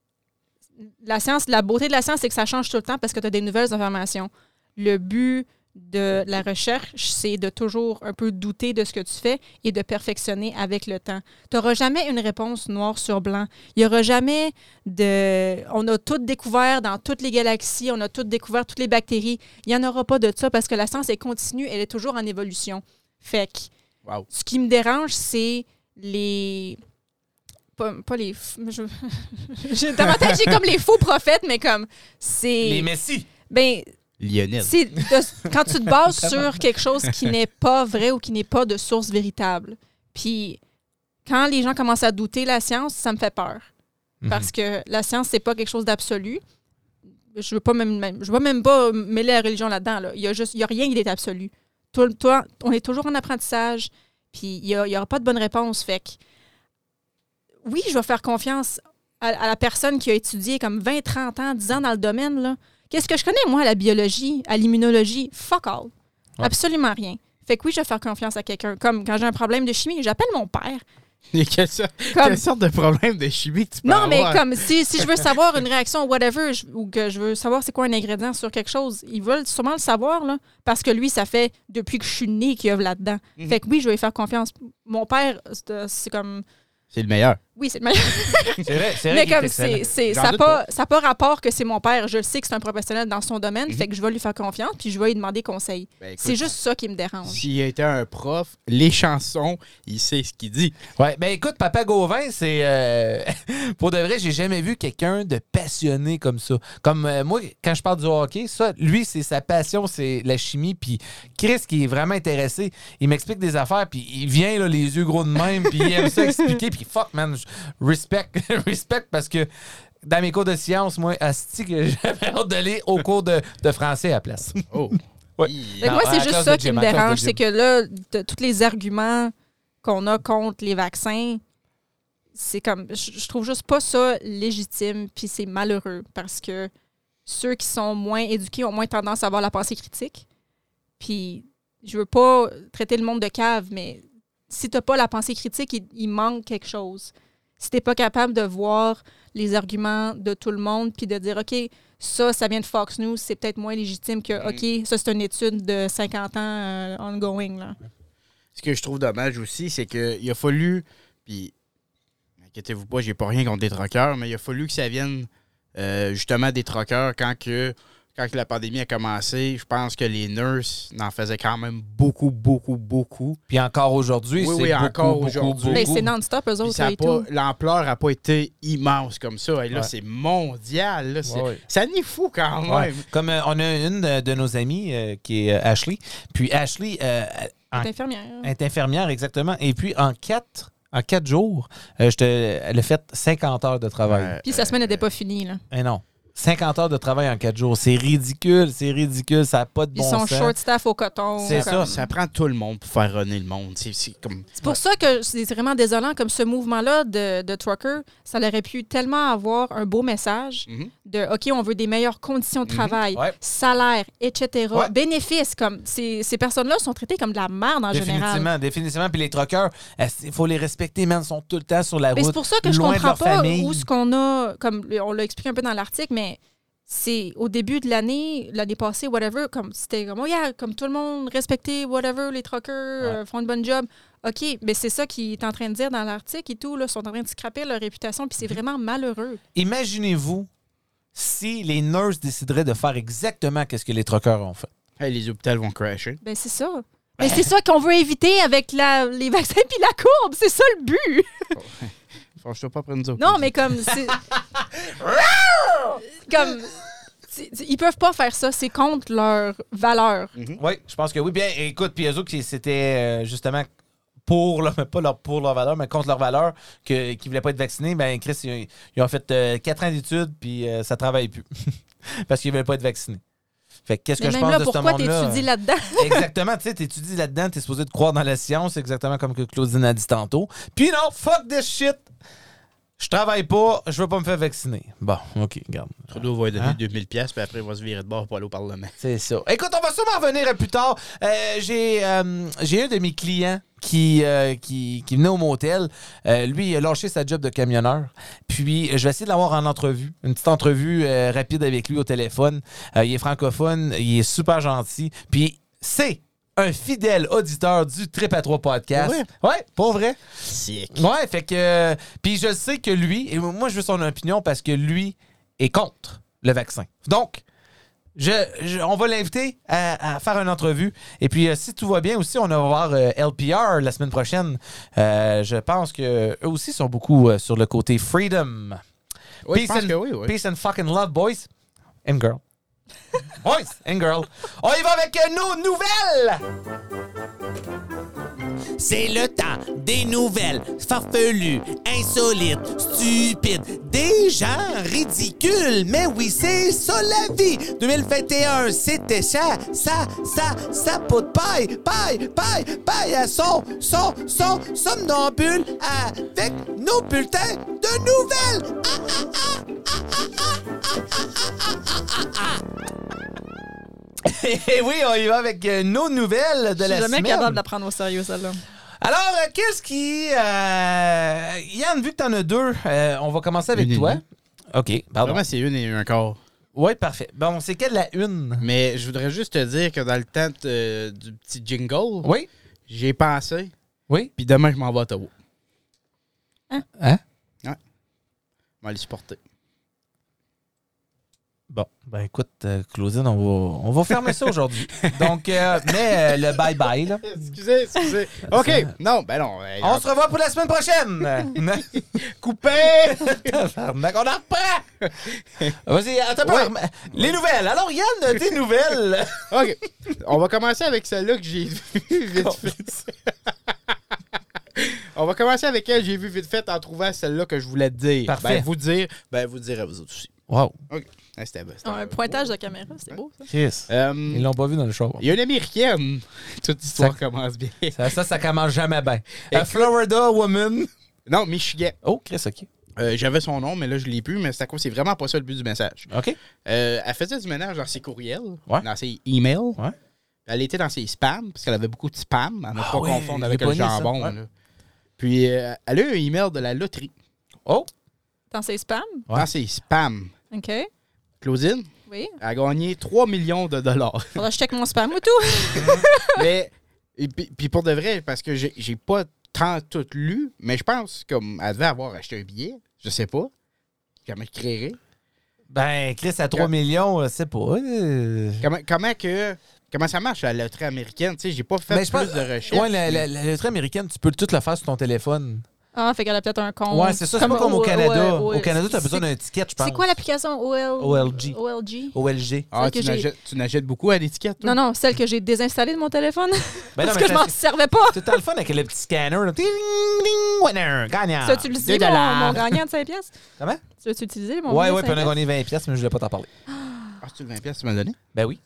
La science, la beauté de la science, c'est que ça change tout le temps parce que tu as des nouvelles informations. Le but de la recherche, c'est de toujours un peu douter de ce que tu fais et de perfectionner avec le temps. Tu n'auras jamais une réponse noir sur blanc. Il n'y aura jamais de... On a tout découvert dans toutes les galaxies, on a tout découvert toutes les bactéries. Il n'y en aura pas de ça parce que la science est continue, elle est toujours en évolution. Fait que Wow. ce qui me dérange, c'est les... Pas les... Dans ma tête, j'ai comme les faux prophètes, mais comme c'est... Les messies! Ben, Lionel. quand tu te bases sur quelque chose qui n'est pas vrai ou qui n'est pas de source véritable. Puis quand les gens commencent à douter la science, ça me fait peur. Parce que la science, c'est pas quelque chose d'absolu. Je veux pas même pas mêler la religion là-dedans. Là. Il y a rien qui est absolu. Tout le temps, on est toujours en apprentissage, puis il y aura pas de bonne réponse. Fait que, oui, je vais faire confiance à la personne qui a étudié comme 20, 30 ans, 10 ans dans le domaine. Là. Qu'est-ce que je connais, moi, à la biologie, à l'immunologie? Fuck all. Ouais. Absolument rien. Fait que oui, je vais faire confiance à quelqu'un. Comme quand j'ai un problème de chimie, j'appelle mon père. Quelle sorte de problème de chimie que tu peux non, avoir? mais comme si je veux savoir une réaction whatever, ou que je veux savoir c'est quoi un ingrédient sur quelque chose, ils veulent sûrement le savoir, là, parce que lui, ça fait depuis que je suis née qu'il œuvre là-dedans. Fait que oui, je vais lui faire confiance. Mon père, c'est comme... C'est le meilleur. Oui, c'est le meilleur. C'est vrai. Mais comme ça n'a pas rapport que c'est mon père. Je le sais que c'est un professionnel dans son domaine, fait que je vais lui faire confiance puis je vais lui demander conseil. Ben, écoute, c'est juste ça qui me dérange. S'il était un prof, les chansons, il sait ce qu'il dit. Ouais, ben écoute, Papa Gauvin, c'est... pour de vrai, j'ai jamais vu quelqu'un de passionné comme ça. Comme moi, quand je parle du hockey, ça, lui, c'est sa passion, c'est la chimie. Puis Chris, qui est vraiment intéressé, il m'explique des affaires, puis il vient, là, les yeux gros de même, puis il aime ça expliquer, puis fuck, man, respect parce que dans mes cours de sciences, moi, asti que j'avais hâte d'aller au cours de français à la place. Oh! Ouais. Moi, c'est juste ça qui me dérange, c'est que là, tous les arguments qu'on a contre les vaccins, c'est comme, je trouve juste pas ça légitime, puis c'est malheureux, parce que ceux qui sont moins éduqués ont moins tendance à avoir la pensée critique. Puis, je veux pas traiter le monde de cave, mais si t'as pas la pensée critique, il manque quelque chose. Si t'es pas capable de voir les arguments de tout le monde puis de dire, OK, ça vient de Fox News, c'est peut-être moins légitime que, OK, ça, c'est une étude de 50 ans ongoing. Là. Ce que je trouve dommage aussi, c'est qu'il a fallu, puis inquiétez-vous pas, j'ai pas rien contre des troqueurs, mais il a fallu que ça vienne justement des troqueurs quand la pandémie a commencé. Je pense que les nurses en faisaient quand même beaucoup. Puis encore aujourd'hui, oui, encore aujourd'hui. Ben, c'est non-stop, eux autres. L'ampleur n'a pas été immense comme ça. Et là, c'est mondial. Là, ça n'est fou quand même. Ouais. Comme on a une de nos amies qui est Ashley. Puis Ashley... est infirmière. Elle est infirmière, exactement. Et puis en 4 jours, elle a fait 50 heures de travail. Puis sa semaine n'était pas finie. Là. Et non. 50 heures de travail en 4 jours. C'est ridicule, ça n'a pas de bon sens. Ils sont short staff au coton. C'est ça. Ça prend tout le monde pour faire runner le monde. C'est pour ça que c'est vraiment désolant, comme ce mouvement-là de trucker, ça aurait pu tellement avoir un beau message de « OK, on veut des meilleures conditions de travail, salaire, etc. Bénéfices. » Comme ces personnes-là sont traitées comme de la merde en général. Définitivement. Puis les truckers, il faut les respecter, man. Ils sont tout le temps sur la route. C'est pour ça que je comprends pas où ce qu'on a, comme on l'a expliqué un peu dans l'article, mais c'est au début de l'année passée, whatever, comme c'était comme, comme tout le monde respecté, whatever, les truckers font une bonne job. OK, mais c'est ça qu'il est en train de dire dans l'article et tout, là, sont en train de scraper leur réputation, puis c'est vraiment malheureux. Imaginez-vous si les nurses décideraient de faire exactement ce que les truckers ont fait. Hey, les hôpitaux vont crasher. Ben c'est ça. Mais c'est ça qu'on veut éviter avec les vaccins puis la courbe. C'est ça le but. Franchement, pas prendre ça. Non, mais comme... comme... Ils peuvent pas faire ça. C'est contre leurs valeurs. Oui, je pense que oui. Bien, écoute, puis eux autres, c'était justement pour leur, pas pour leur valeur, mais contre leur valeur, qui ne voulaient pas être vaccinés. Ben Chris, ils ont fait 4 ans d'études, puis ça travaille plus. Parce qu'ils ne voulaient pas être vaccinés. Fait que qu'est-ce que je pense de ce monde-là? Pourquoi t'étudies là-dedans? Exactement, tu sais, t'étudies là-dedans, t'es supposé de croire dans la science, exactement comme que Claudine a dit tantôt. Puis non, fuck this shit! Je travaille pas, je veux pas me faire vacciner. Bon, OK, regarde. Trudeau va lui donner 2000$, puis après, il va se virer de bord pour aller au Parlement. C'est ça. Écoute, on va sûrement revenir plus tard. J'ai un de mes clients qui venait au motel. Lui, il a lâché sa job de camionneur. Puis, je vais essayer de l'avoir en entrevue. Une petite entrevue rapide avec lui au téléphone. Il est francophone, il est super gentil. Puis, c'est un fidèle auditeur du Trip à 3 podcast. Ouais, pour vrai. Sick. Ouais, fait que... Puis je sais que lui, et moi je veux son opinion parce que lui est contre le vaccin. Donc, on va l'inviter à faire une entrevue. Et puis, si tout va bien aussi, on va voir LPR la semaine prochaine. Je pense qu'eux aussi sont beaucoup sur le côté freedom. Oui, oui. Peace and fucking love, boys and girls. Boys and girls. On y va avec nos nouvelles! C'est le temps des nouvelles farfelues, insolites, stupides, des gens ridicules. Mais oui, c'est ça la vie. 2021, c'était ça pot de paille à son somnambule avec nos bulletins de nouvelles. Et oui, on y va avec nos nouvelles de la semaine. Je suis jamais capable de la prendre au sérieux, celle-là. Alors, qu'est-ce qui... Yann, vu que t'en as deux, on va commencer avec toi. OK, pardon. Vraiment, c'est une et un quart. Oui, parfait. Bon, c'est quelle la une? Mais je voudrais juste te dire que dans le temps du petit jingle, j'ai pensé. Oui. Puis demain, je m'en vais à Ottawa. Hein? Ouais. Je vais aller supporter. Bon, ben écoute, Claudine, on va fermer ça aujourd'hui. Donc, mais le bye-bye, là. Excusez. OK. Non, ben non. On se revoit pour la semaine prochaine. Coupé! On en reprend! Vas-y, attends pas. Les nouvelles. Alors, Yann, tes nouvelles. OK. On va commencer avec celle-là que j'ai vue vite fait. On va commencer avec elle, j'ai vu vite fait en trouvant celle-là que je voulais te dire. Parfait. Vous dire à vous autres aussi. Wow. OK. C'était un pointage de caméra, c'est beau, ça. Chris. Ils l'ont pas vu dans le show. Il y a une Américaine. Toute l'histoire commence bien. Ça commence jamais bien. Florida woman. Non, Michigan. Oh, Chris, OK. J'avais son nom, mais là, je l'ai plus. Mais c'est vraiment pas ça le but du message. OK. Elle faisait du ménage dans ses courriels, dans ses emails. Ouais. Elle était dans ses spams, parce qu'elle avait beaucoup de spam. À ne pas confondre avec le jambon. Là. Puis, elle a eu un email de la loterie. Oh! Dans ses spams? Dans ses spams. OK. Claudine? Oui. A gagné 3 millions de dollars. Faudra que je check mon spam ou tout. Mais, puis pour de vrai, parce que j'ai pas tant tout lu, mais je pense qu'elle devait avoir acheté un billet. Je sais pas. Comment je créerais? Ben, Chris, à 3 millions, je sais pas. Comment ça marche la loterie américaine? Tu sais, j'ai pas fait plus de recherche. Ouais, la loterie américaine, tu peux tout le faire sur ton téléphone. Ah, fait qu'elle a peut-être un compte. Ouais, c'est ça, c'est pas comme au Canada. Ouais. Au Canada, t'as besoin d'un ticket, je pense. C'est quoi l'application OLG. OLG? Ah, que tu n'achètes beaucoup à l'étiquette, toi? Non, celle que j'ai désinstallée de mon téléphone. Ben non, Parce que je m'en servais pas. C'était le fun avec le petit scanner. Là. Ding, ding, winner, gagnant. Tu as utilisé mon gagnant de 5 pièces? Comment? Tu as utilisé mon Ouais, gagnant de puis on a 5 gagné 20 pièces, mais je voulais pas t'en parler. Ah, tu le 20 pièces tu m'as donné? Ben oui.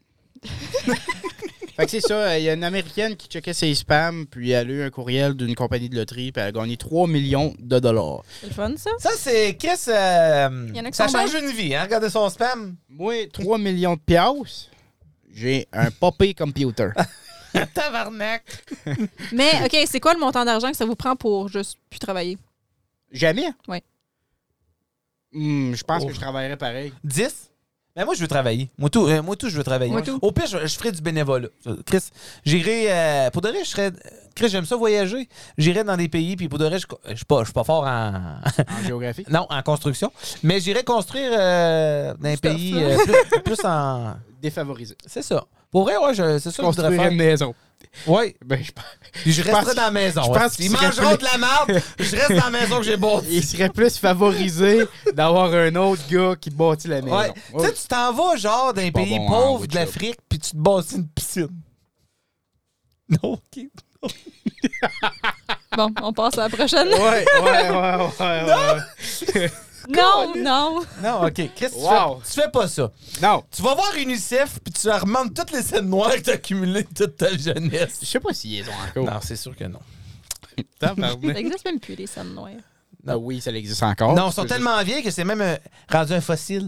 Fait que c'est ça, il y a une Américaine qui checkait ses spams, puis elle a eu un courriel d'une compagnie de loterie, puis elle a gagné 3 millions de dollars. C'est le fun, ça? Ça, c'est... Qu'est-ce... y en a qui ça sont change une vie, hein? Regardez son spam. Moi, 3 millions de piastres, j'ai un poppy computer. Tabarnak. Mais, OK, c'est quoi le montant d'argent que ça vous prend pour juste plus travailler? Jamais? Oui. Je pense que je travaillerais pareil. 10? Mais moi, je veux travailler. Moi, tout, je veux travailler. Moi, tout. Au pire, je ferais du bénévolat. Chris, j'irais... pour de vrai, je serais... Chris, j'aime ça voyager. J'irais dans des pays, puis pour de vrai, je suis pas fort en... En géographie? Non, en construction. Mais j'irais construire dans un pays plus en... Défavorisé. C'est ça. Pour vrai, ouais, c'est ça que je voudrais Construire faire. une maison. Oui. Ben, Puis je resterais dans la maison. je pense Ils qu'il serait mangeront plus- de la merde. Je reste dans la maison que j'ai bâtie. il serait plus favorisé d'avoir un autre gars qui bâtit la maison. Ouais. Tu sais, tu t'en vas genre d'un pas pays bon en pauvre wood de shop. l'Afrique, puis tu te bâtis une piscine. Non, OK. Bon, on passe à la prochaine. Ouais. Non. Non, OK. Chris, Wow. tu fais pas ça. Non, Tu vas voir UNICEF, puis tu leur remontes toutes les scènes noires que tu as accumulées toute ta jeunesse. je sais pas s'ils les ont encore. Non, c'est sûr que non. Ça existe même plus, les scènes noires. Ah oui, ça existe encore. Non, ils sont tellement vieilles que c'est même rendu un fossile.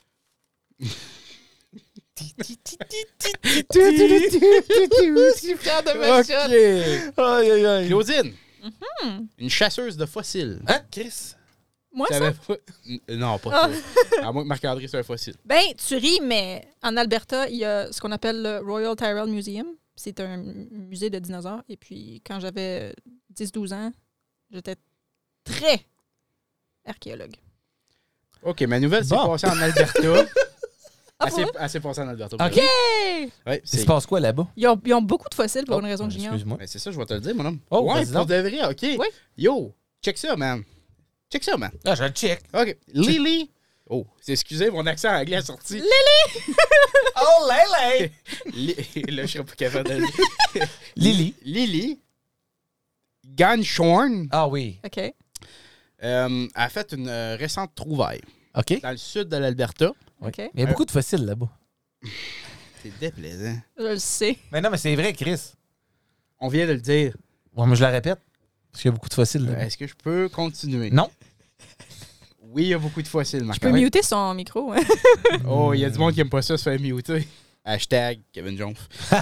Super de ma shot. OK. Aïe, aïe, aïe. Claudine, une chasseuse de fossiles. Hein, Chris? Moi, Tu ça? savais pas? Non, pas toi. À moins que Marc-André, c'est un fossile. Ben, tu ris, mais en Alberta, il y a ce qu'on appelle le Royal Tyrrell Museum. C'est un musée de dinosaures. Et puis, quand j'avais 10-12 ans, j'étais très archéologue. OK, ma nouvelle s'est Bon. passée en Alberta. Ah, pour vrai? Elle s'est passée en Alberta. OK. Hey! Ouais, Il se passe quoi là-bas? Ils ont beaucoup de fossiles pour Oh, une raison que j'ignore. Excuse-moi. Ben, c'est ça, je vais te le dire, mon homme. Oh, ouais, vas-y pour donc. de vrai, OK. Oui. Yo, check ça, man. Check ça, man. Ah, je le check. OK. Lily. Oh, excusez, mon accent anglais est sorti. Oh, Lélé! Là, je serais pas capable de le dire. Lily. Lily Ganshorn Ah oui. OK. a fait une récente trouvaille OK. dans le sud de l'Alberta. OK. Il y a beaucoup de fossiles là-bas. C'est déplaisant. Je le sais. Mais non, mais c'est vrai, Chris. On vient de le dire. Ouais, mais je la répète. Parce qu'il y a beaucoup de fossiles là-bas. Est-ce que je peux continuer? Non. Oui, il y a beaucoup de fossiles, Marc. Je peux muter son micro. Hein? Oh, il y a du monde qui aime pas ça se faire muter. Hashtag Kevin Jones.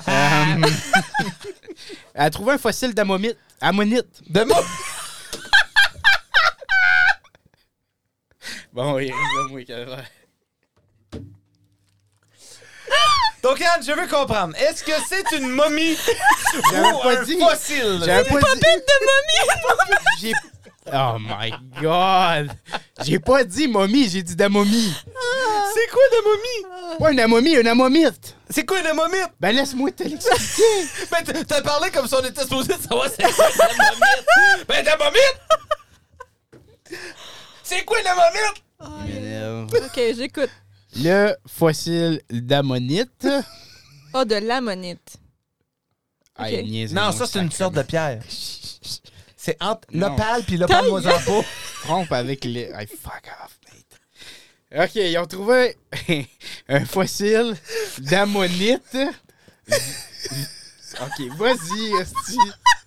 Elle a trouvé un fossile d'ammonite. Ammonite. De moi. Bon, il arrive de moi, calvaire. Donc, Anne, je veux comprendre. Est-ce que c'est une momie J'avais ou pas un dit. fossile? J'avais pas dit. J'ai... Oh my God! J'ai pas dit momie, j'ai dit d'amomie. C'est quoi une momie? Pas une amomie, une amomite. C'est quoi une momite? Ben laisse-moi te l'expliquer. Ben, t'as parlé comme si on était supposé savoir c'est quoi une momite. Ben, ta momite? C'est quoi une momite? OK, j'écoute. Le fossile d'ammonite. Ah, de l'ammonite. Ah, Ok. il niaise, Non, moi, ça, c'est une sacrément. sorte de pierre. C'est entre Non. l'opale puis l'opale moisapo. Trompe avec les. Hey, fuck off, mate. OK, ils ont trouvé un fossile d'ammonite. OK, vas-y, esti.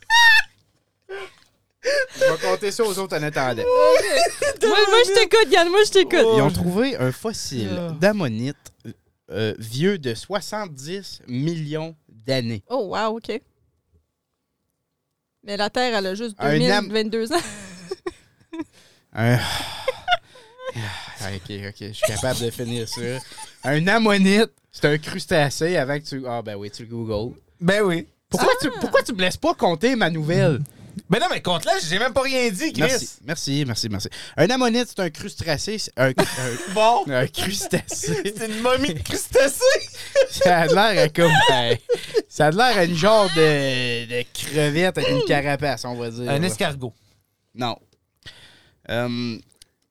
Je vais compter ça aux autres en attendant. moi, je t'écoute, Yann. Moi, je t'écoute. Ils ont trouvé un fossile d'ammonite vieux de 70 millions d'années. Oh, wow, OK. Mais la Terre, elle a juste Un 2022 ans. OK, je suis capable de finir ça. Un ammonite, c'est un crustacé avant que tu... Ah, ben oui, tu le googles. Ben oui. Pourquoi tu me laisses pas compter ma nouvelle? Ben non, mais contre là, j'ai même pas rien dit, Chris. Merci. Un ammonite, c'est un crustacé. Bon. Un crustacé. C'est une momie de crustacé. Ça a l'air à comme... ça a l'air à une genre de crevette avec une carapace, on va dire. Un escargot. Non. Je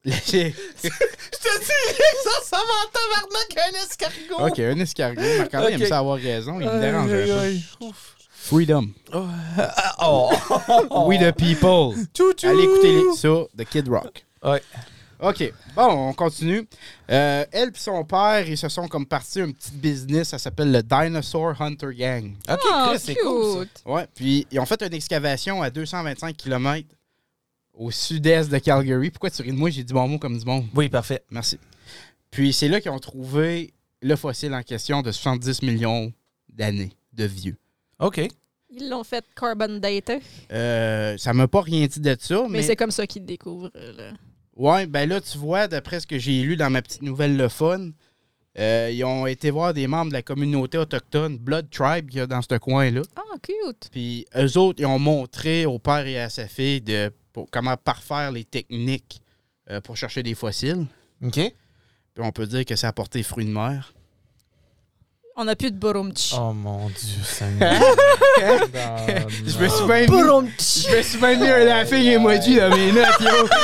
te dirais que ça va en tabarnak qu'un escargot. OK, un escargot. Marc-André aime ça avoir raison. Il me dérange un peu. Freedom. Oh. We the people. Allez écouter ça de Kid Rock. Ouais. OK. Bon, on continue. Elle et son père, ils se sont comme partis un petit business. Ça s'appelle le Dinosaur Hunter Gang. OK, Chris, c'est cool, ça. Ouais. Puis, ils ont fait une excavation à 225 km au sud-est de Calgary. Pourquoi tu ris de moi? J'ai dit bon mot comme du monde. Oui, parfait. Merci. Puis, c'est là qu'ils ont trouvé le fossile en question de 70 millions d'années de vieux. OK. Ils l'ont fait carbon dater. Ça m'a pas rien dit de ça, Mais c'est comme ça qu'ils le découvrent. Là. Ouais, ben là, tu vois, d'après ce que j'ai lu dans ma petite nouvelle Le Fun, ils ont été voir des membres de la communauté autochtone Blood Tribe qu'il y a dans ce coin-là. Ah, cute! Puis eux autres, ils ont montré au père et à sa fille comment parfaire les techniques pour chercher des fossiles. OK. Puis on peut dire que ça a apporté fruits de mer. On n'a plus de Burumtch. Oh mon Dieu, Seigneur. Je me suis même mis un laughing emoji dans mes notes,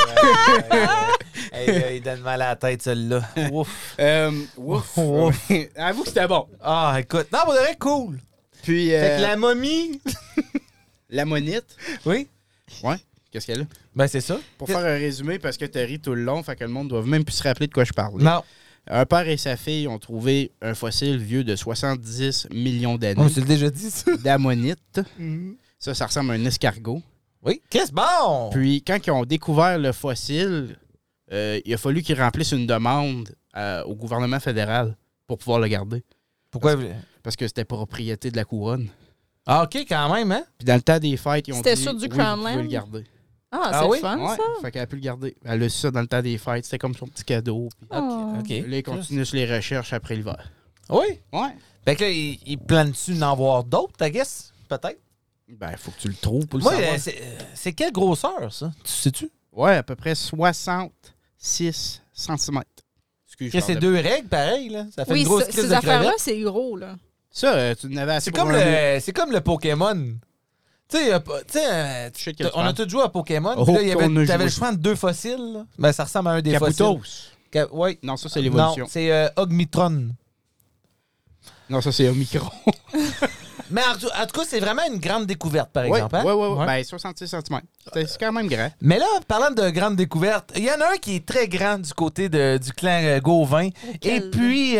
yo. Il donne mal à la tête, celui-là. Ouf. Ouf. Ouf. Avoue que c'était bon. Ah, écoute. Non, on dirait cool. Puis, Fait que la momie... la monite. Oui. Ouais. Qu'est-ce qu'elle a? Ben, c'est ça. Pour faire un résumé, parce que t'as ri tout le long, fait que le monde doit même plus se rappeler de quoi je parle. Non. Un père et sa fille ont trouvé un fossile vieux de 70 millions d'années. On s'est déjà dit, ça. D'ammonite. Ça ressemble à un escargot. Oui. Qu'est-ce bon? Puis, quand ils ont découvert le fossile, il a fallu qu'ils remplissent une demande au gouvernement fédéral pour pouvoir le garder. Pourquoi? Parce que c'était propriété de la couronne. Ah, OK, quand même, hein? Puis, dans le temps des fêtes, ils ont dit C'était sur du Crown vous pouvez Land? le garder. Ah, c'est oui? le fun, Ouais, ça? fait qu'elle a pu le garder. Elle a su ça dans le temps des fêtes. C'était comme son petit cadeau. Puis Oh. OK. là, ils continuent sur les recherches après l'hiver. Oui. Ouais. Fait que là, il plane-tu d'en voir d'autres, I guess? Peut-être. Ben, faut que tu le trouves pour le Moi, savoir. c'est quelle grosseur, ça? Tu sais-tu? Ouais, à peu près 66 cm. Excuse, Que c'est deux règles, pareil, là. Ça fait Oui, une grosse ça, crise ces de affaires-là, crevettes. c'est gros, là. Ça, tu n'avais assez C'est comme le Pokémon. Tu sais, on a tous joué à Pokémon. Oh, Puis là, joué. t'avais le choix de deux fossiles. Là. Ben, ça ressemble à un des Kabutos. fossiles. Oui. Non, ça, c'est l'évolution. Non, c'est Ogmitron. Non, ça, c'est Omicron. Mais en tout cas, c'est vraiment une grande découverte, par exemple. Hein? Ouais. Ben, 66 cm. C'est quand même grand. Mais là, parlant de grande découverte, il y en a un qui est très grand du côté du clan Gauvin. Et puis,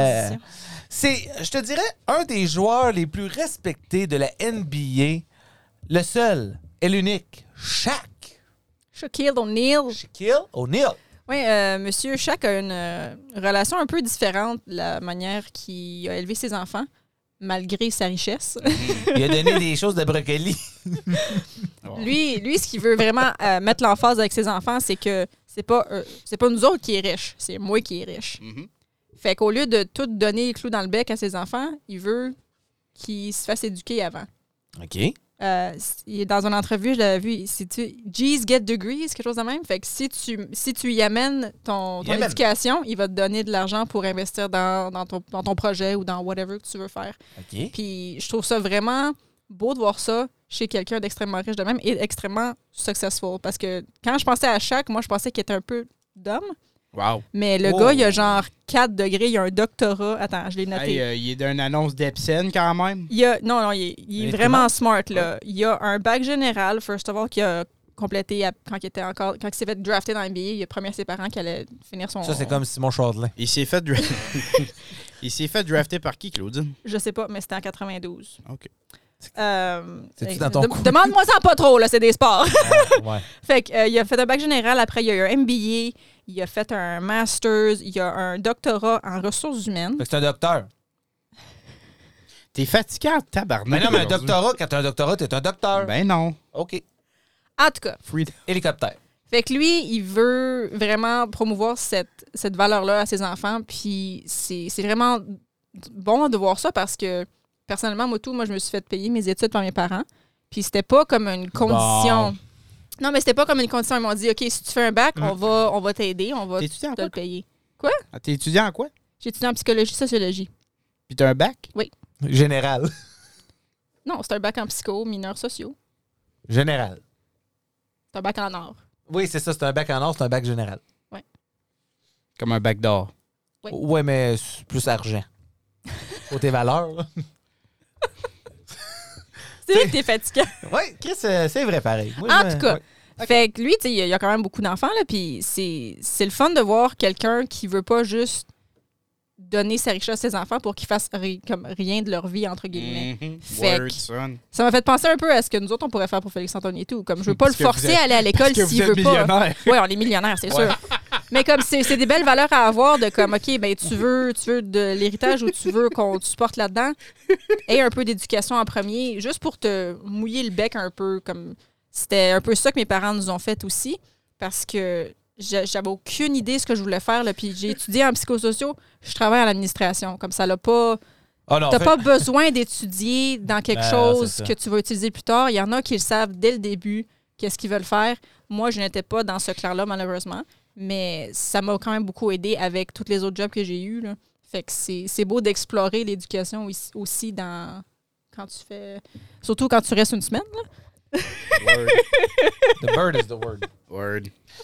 je te dirais, un des joueurs les plus respectés de la NBA, le seul et l'unique, Shaq. Shaquille O'Neal. Shaquille O'Neal. Oui, Monsieur Shaq a une relation un peu différente de la manière qu'il a élevé ses enfants, malgré sa richesse. Il a donné des choses de brocoli. Lui, ce qu'il veut vraiment mettre l'emphase avec ses enfants, c'est que c'est pas nous autres qui est riche, c'est moi qui est riche. Mm-hmm. Fait qu'au lieu de tout donner les clous dans le bec à ses enfants, il veut qu'ils se fassent éduquer avant. OK. Il est dans une entrevue, je l'avais vu, G's get degrees, quelque chose de même. Fait que si tu y amènes ton éducation, il va te donner de l'argent pour investir dans ton projet ou dans whatever que tu veux faire. OK. Puis je trouve ça vraiment beau de voir ça chez quelqu'un d'extrêmement riche de même et extrêmement successful. Parce que quand je pensais à Shaq, moi, je pensais qu'il était un peu dumb. Wow. Mais le gars, il a genre 4 degrés, il a un doctorat. Attends, je l'ai noté. Hey, il est d'une annonce d'Epsen quand même. Il est vraiment smart, là. Il a un bac général, first of all, qu'il a complété quand il s'est fait drafter dans l'NBA. Il a promis à ses parents qu'il allait finir son... Ça, c'est comme Simon Chaudelin. Il s'est fait drafter par qui, Claudine? Je sais pas, mais c'était en 92. OK. C'est-tu dans ton cours? Demande-moi ça pas trop, là, c'est des sports. Ouais. Fait que, il a fait un bac général, après il a eu un MBA, il a fait un master's, il a un doctorat en ressources humaines. Fait que c'est un docteur. T'es fatiguant, tabarnak. Mais non, mais un doctorat, quand t'as un doctorat, t'es un docteur. Ben non. OK. En tout cas. Freedom. Hélicoptère. Fait que lui, il veut vraiment promouvoir cette valeur-là à ses enfants, puis c'est vraiment bon de voir ça parce que, personnellement, moi, je me suis fait payer mes études par mes parents, puis c'était pas comme une condition... Bon. Non, mais c'était pas comme une condition. Ils m'ont dit, OK, si tu fais un bac, on va t'aider, on va te le payer. Quoi? Ah, t'es étudiant en quoi? J'ai étudié en psychologie, sociologie. Puis t'as un bac? Oui. Général. Non, c'est un bac en psycho, mineurs sociaux. Général. C'est un bac en or. Oui, c'est ça. C'est un bac en or, c'est un bac général. Oui. Comme un bac d'or. Oui. Ouais, mais c'est plus argent. Pour tes valeurs, là. C'est vrai que t'es fatiguant. Oui, Chris, c'est vrai pareil. Moi, En tout cas, ouais. Okay. Fait que lui, tu sais, il y a quand même beaucoup d'enfants, là, puis c'est le fun de voir quelqu'un qui veut pas juste donner sa richesse à ses enfants pour qu'ils fassent comme rien de leur vie, entre guillemets. Fait que ça m'a fait penser un peu à ce que nous autres, on pourrait faire pour Félix-Antoine et tout. Comme je veux pas le forcer à aller à l'école s'il veut pas. Oui, on est millionnaires, c'est sûr. Mais comme c'est des belles valeurs à avoir de comme, OK, ben tu veux de l'héritage ou tu veux qu'on te supporte là-dedans. Et un peu d'éducation en premier, juste pour te mouiller le bec un peu. Comme c'était un peu ça que mes parents nous ont fait aussi. Parce que j'avais aucune idée de ce que je voulais faire. Là, puis j'ai étudié en psychosociaux, je travaille en administration. Comme ça, t'as pas besoin d'étudier dans quelque chose que tu vas utiliser plus tard. Il y en a qui le savent dès le début, qu'est-ce qu'ils veulent faire. Moi, je n'étais pas dans ce clair-là, malheureusement. Mais ça m'a quand même beaucoup aidé avec tous les autres jobs que j'ai eus. Là. Fait que c'est beau d'explorer l'éducation aussi quand tu fais... Surtout quand tu restes une semaine. Là. Word. The bird is the word. Word.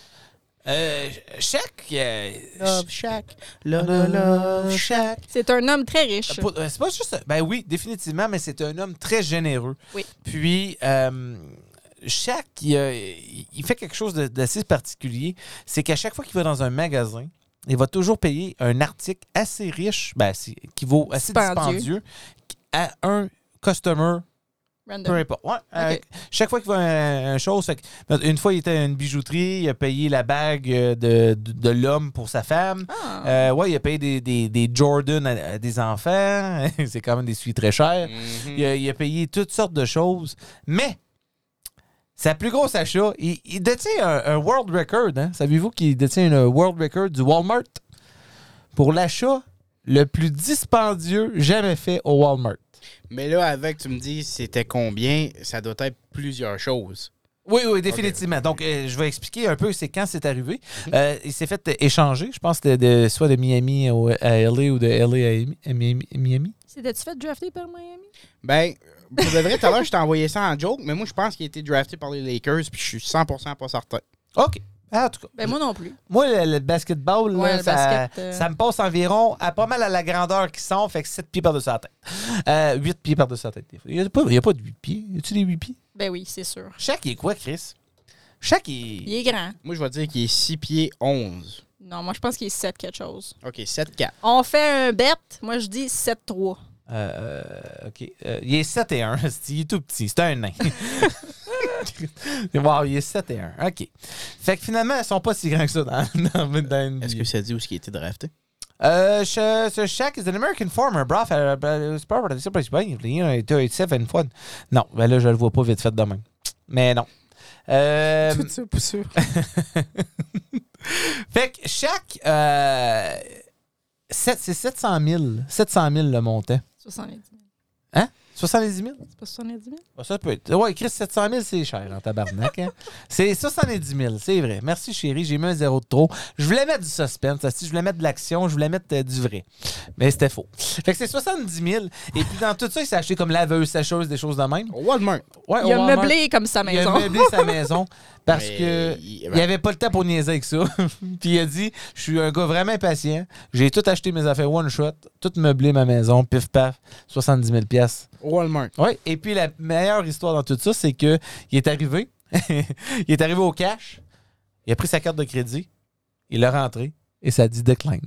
Shaq. Love Shaq. Love Shaq. C'est un homme très riche. C'est pas juste... Ben oui, définitivement, mais c'est un homme très généreux. Oui. Puis... Shaq, il fait quelque chose d'assez particulier. C'est qu'à chaque fois qu'il va dans un magasin, il va toujours payer un article assez riche, qui vaut assez dispendieux, à un customer. Random. Peu importe. Ouais, Okay. Chaque fois qu'il va à une chose, une fois, il était à une bijouterie, il a payé la bague de l'homme pour sa femme. Ah. Il a payé des Jordan à des enfants. C'est quand même des suites très chers. Mm-hmm. Il a payé toutes sortes de choses. Mais sa plus grosse achat, il détient un world record. Hein? Savez-vous qu'il détient un world record du Walmart pour l'achat le plus dispendieux jamais fait au Walmart? Mais là, tu me dis c'était combien, ça doit être plusieurs choses. Oui, définitivement. Okay. Donc, je vais expliquer un peu c'est quand c'est arrivé. Il s'est fait échanger, je pense, soit de Miami à LA ou de LA à Miami. C'était-tu fait drafter par Miami? Ben, pour de vrai, tout à l'heure, je t'ai envoyé ça en joke, mais moi, je pense qu'il a été drafté par les Lakers, puis je suis 100% pas certain. OK. En tout cas. Ben, moi non plus. Moi, le basketball, là, ça me passe environ à pas mal à la grandeur qu'ils sont, fait que 7 pieds par-dessus la tête. 8 pieds par-dessus la tête. Il n'y a pas de 8 pieds. Y a-tu des 8 pieds? Ben oui, c'est sûr. Shaq, il est quoi, Chris? Shaq, il est grand. Moi, je vais dire qu'il est 6 pieds 11. Non, moi, je pense qu'il est 7 quelque chose. OK, 7-4. On fait un bet. Moi, je dis 7-3. OK. Il est 7 et 1. Il est tout petit. C'est un nain. Wow, il est 7 et 1. OK. Fait que finalement, ils sont pas si grands que ça dans Est-ce que ça dit où il a été drafté? So Shaq is an American farmer. Bro, c'est pas c'est 7 fun. Non, ben là, je le vois pas vite fait de même. Mais non. Tout ça, pas sûr. Fait que Shaq, c'est 700 000. 700 000 le montant. 70 000. Hein? 70 000? C'est pas 70 000? Ça peut être. Ouais, Chris, 700 000, c'est cher en tabarnak. Hein? C'est 70 000, c'est vrai. Merci, chérie. J'ai mis un zéro de trop. Je voulais mettre du suspense. Je voulais mettre de l'action. Je voulais mettre du vrai. Mais c'était faux. Fait que c'est 70 000. Et puis, dans tout ça, il s'est acheté comme laveuse, sécheuse, des choses de même. Walmart. Ouais, il a meublé comme sa maison. Il a meublé sa maison parce que il avait pas le temps pour niaiser avec ça. Puis il a dit, je suis un gars vraiment impatient. J'ai tout acheté mes affaires one shot, tout meublé ma maison, pif paf, 70 000 $. Walmart. Oui, et puis la meilleure histoire dans tout ça, c'est que il est arrivé au cash, il a pris sa carte de crédit, il l'a rentré et ça dit decline.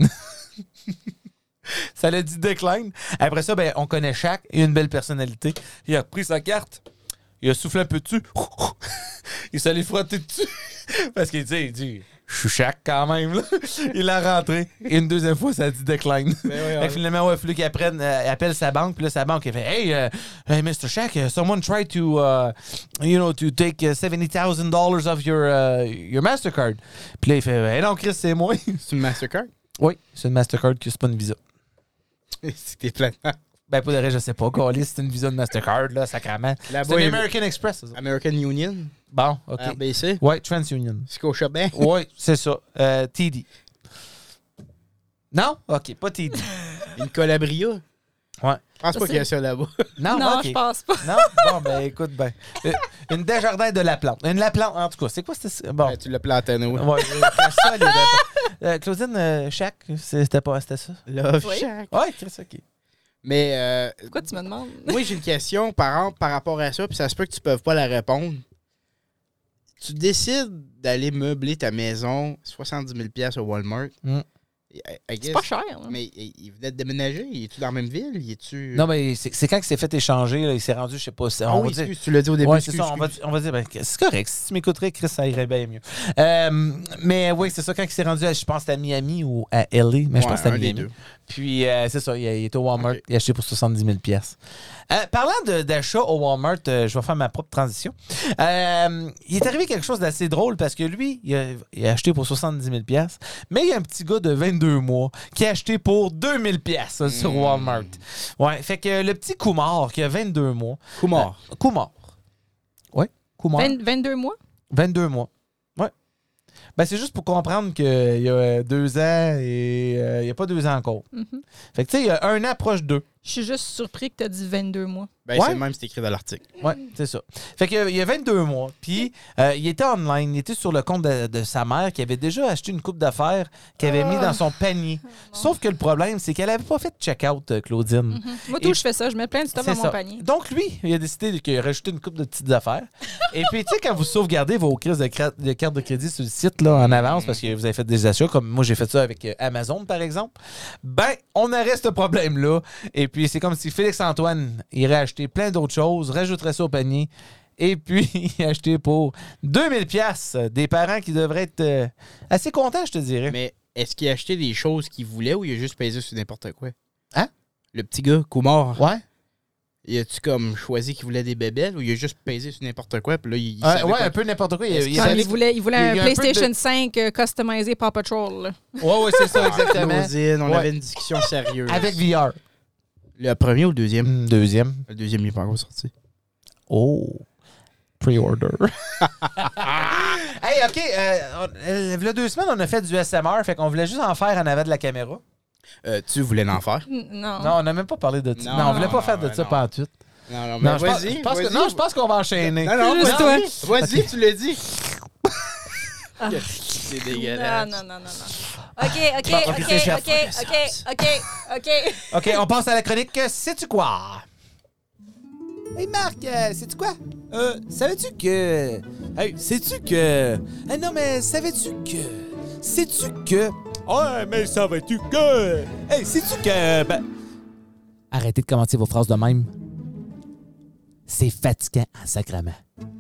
Ça l'a dit decline. Après ça, ben, on connaît Shaq, il a une belle personnalité. Il a pris sa carte, il a soufflé un peu dessus, il s'est allé frotter dessus. Parce qu'il dit, je suis Shaq quand même. Là. Il l'a rentré. Et une deuxième fois, ça a dit decline. Finalement, il a fallu qu'il appelle sa banque. Puis là, sa banque, il fait Hey, Mr. Shaq, someone tried to take $70,000 of your Mastercard. Puis là, il fait Hey, non, Chris, c'est moi. C'est une Mastercard? Oui, c'est une Mastercard, c'est pas une Visa. C'était plein. Ben, pour le reste, je sais pas. C'est une Visa de Mastercard, là, sacrément. C'est une American Express, ça. American Union? Bon, OK. RBC? Oui, TransUnion. Scotiabank? Oui, c'est ça. TD. Non? OK, pas TD. Une Colabria? Ouais. Je pense pas qu'il y a ça là-bas. Non, OK. je pense pas. Non? Bon, ben écoute, ben. Une Desjardins de la plante. Une La Plante, en tout cas. C'est quoi c'était? Bon. Tu l'as planté, nous. Ouais, ça, Claudine, Shack, c'était ça? Love Oui. Shack. Ouais, Chris, OK. Mais Pourquoi tu me demandes? moi, j'ai une question par rapport à ça, puis ça se peut que tu ne peux pas la répondre. Tu décides d'aller meubler ta maison 70 000 $ au Walmart. C'est pas cher. Là. Mais il venait de déménager. Il est-tu dans la même ville? Il est-tu... Non, mais c'est quand il s'est fait échanger, là, il s'est rendu, je sais pas. Ah oui, excuse, tu l'as dit au début. Ouais, c'est ça. On va dire, ben, c'est correct. Si tu m'écouterais, Chris, ça irait bien mieux. Mais oui, c'est ça, quand il s'est rendu, je pense, à Miami ou à LA, mais je pense que c'était à Miami. Puis, c'est ça, il est au Walmart. Okay. Il a acheté pour 70 000 $. Parlant d'achat au Walmart, je vais faire ma propre transition. Il est arrivé quelque chose d'assez drôle parce que lui, il a acheté pour 70 000 $, mais il y a un petit gars de 22 mois qui a acheté pour 2 000 $ sur Walmart. Ouais, fait que le petit Kumar qui a 22 mois. Kumar. Oui, Kumar. 22 mois? 22 mois. Ouais. Ben, c'est juste pour comprendre qu'il y a 2 ans et il n'y a pas 2 ans encore. Mm-hmm. Fait que, tu sais, il y a 1 an proche d'eux. Je suis juste surpris que tu as dit 22 mois. Ben, c'est le même, c'est écrit dans l'article. Oui, c'est ça. Fait qu'il y a 22 mois. Puis, il était online. Il était sur le compte de sa mère qui avait déjà acheté une coupe d'affaires qu'il avait mis dans son panier. Sauf que le problème, c'est qu'elle n'avait pas fait de check-out, Claudine. Mm-hmm. Moi, je fais ça. Je mets plein de stuff dans mon panier. Donc, lui, il a décidé de rajouter une coupe de petites affaires. Et puis, tu sais, quand vous sauvegardez vos crises de carte de crédit sur le site là, en avance parce que vous avez fait des achats, comme moi, j'ai fait ça avec Amazon, par exemple, ben, on arrête ce problème-là. Et puis, c'est comme si Félix-Antoine irait acheter plein d'autres choses, rajouterait ça au panier, et puis acheter pour 2000 $. Des parents qui devraient être assez contents, je te dirais. Mais est-ce qu'il a acheté des choses qu'il voulait ou il a juste pesé sur n'importe quoi? Hein? Le petit gars, Kumar. Ouais. Il a-tu comme choisi qu'il voulait des bébelles ou il a juste pesé sur n'importe quoi? Puis là, il ouais, un peu n'importe quoi. Il voulait un PlayStation 5 customisé Paw Patrol. Ouais, c'est ça, exactement. On avait une discussion sérieuse. Avec VR. Le premier ou le deuxième? Deuxième. Le deuxième, il n'est pas encore sorti. Oh. Pre-order. Hey, OK. Il y a 2 semaines, on a fait du SMR, fait qu'on voulait juste en faire en avant de la caméra. Tu voulais en faire? Non. Non, on n'a même pas parlé de ça. Non, on voulait pas faire de ça pantoute. Non, mais vas-y. Je pense qu'on va enchaîner. Non, vas-y, Okay. tu l'as dit. C'est dégueulasse. Non. OK. OK, on passe à la chronique Sais-tu quoi? Hey Marc, sais-tu quoi? Savais-tu que... Hey, sais-tu que... non, mais savais-tu que... Sais-tu que... Ouais, mais savais-tu que... Hey, sais-tu que... Ben... Arrêtez de commenter vos phrases de même. C'est fatigant en sacrament.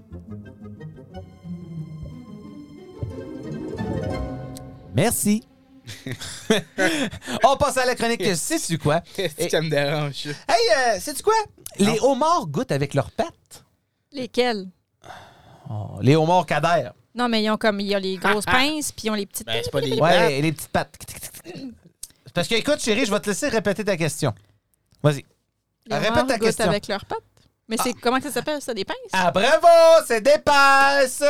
Merci. On passe à la chronique Sais-tu quoi? Ça me dérange. Hey, sais-tu quoi? Les homards goûtent avec leurs pattes. Lesquels? Oh, les homards cadères. Non, mais il y a les grosses pinces, puis ils ont les petites... Ben, c'est pas les Ouais, les petites pattes. Parce que, écoute, chérie, je vais te laisser répéter ta question. Vas-y. Les Répète homards ta goûtent question. avec leurs pattes? Mais c'est comment que ça s'appelle, ça, des pinces? Ah, bravo! C'est des pinces!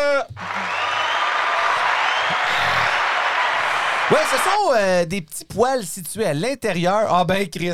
Ouais, ce sont des petits poils situés à l'intérieur. Ah ben, Chris.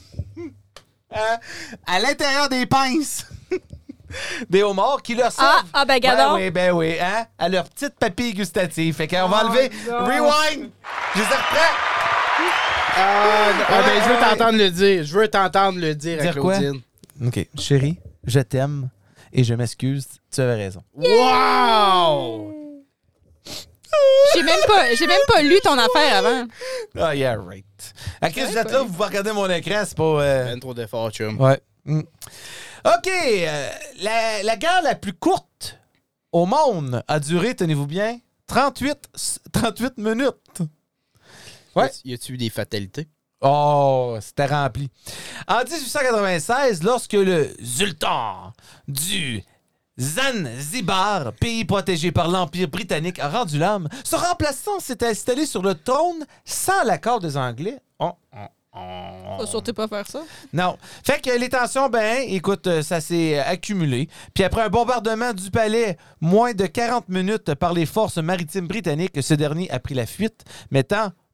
À l'intérieur des pinces. Des homards qui leur servent. Ah ben, gadon. Ben oui, hein? À leur petite papille gustative. Fait qu'on va enlever. Rewind! Je les reprends. Ben, je veux t'entendre le dire. Je veux t'entendre le dire à Claudine. OK. Chérie, je t'aime et je m'excuse. Tu avais raison. Wow! J'ai même pas lu ton affaire avant. Ah, yeah, right. À qui vous êtes là, vous pouvez regarder mon écran, c'est pas... Ben trop d'efforts, chum. Ouais. OK. La guerre la plus courte au monde a duré, tenez-vous bien, 38 minutes. Ouais. Y a-tu eu des fatalités? Oh, c'était rempli. En 1896, lorsque le sultan du Zanzibar, pays protégé par l'Empire britannique, a rendu l'âme, ce remplaçant s'est installé sur le trône sans l'accord des Anglais. Faut surtout pas faire ça. Non. Fait que les tensions, ben, écoute, ça s'est accumulé. Puis après un bombardement du palais, moins de 40 minutes par les forces maritimes britanniques, ce dernier a pris la fuite, mettant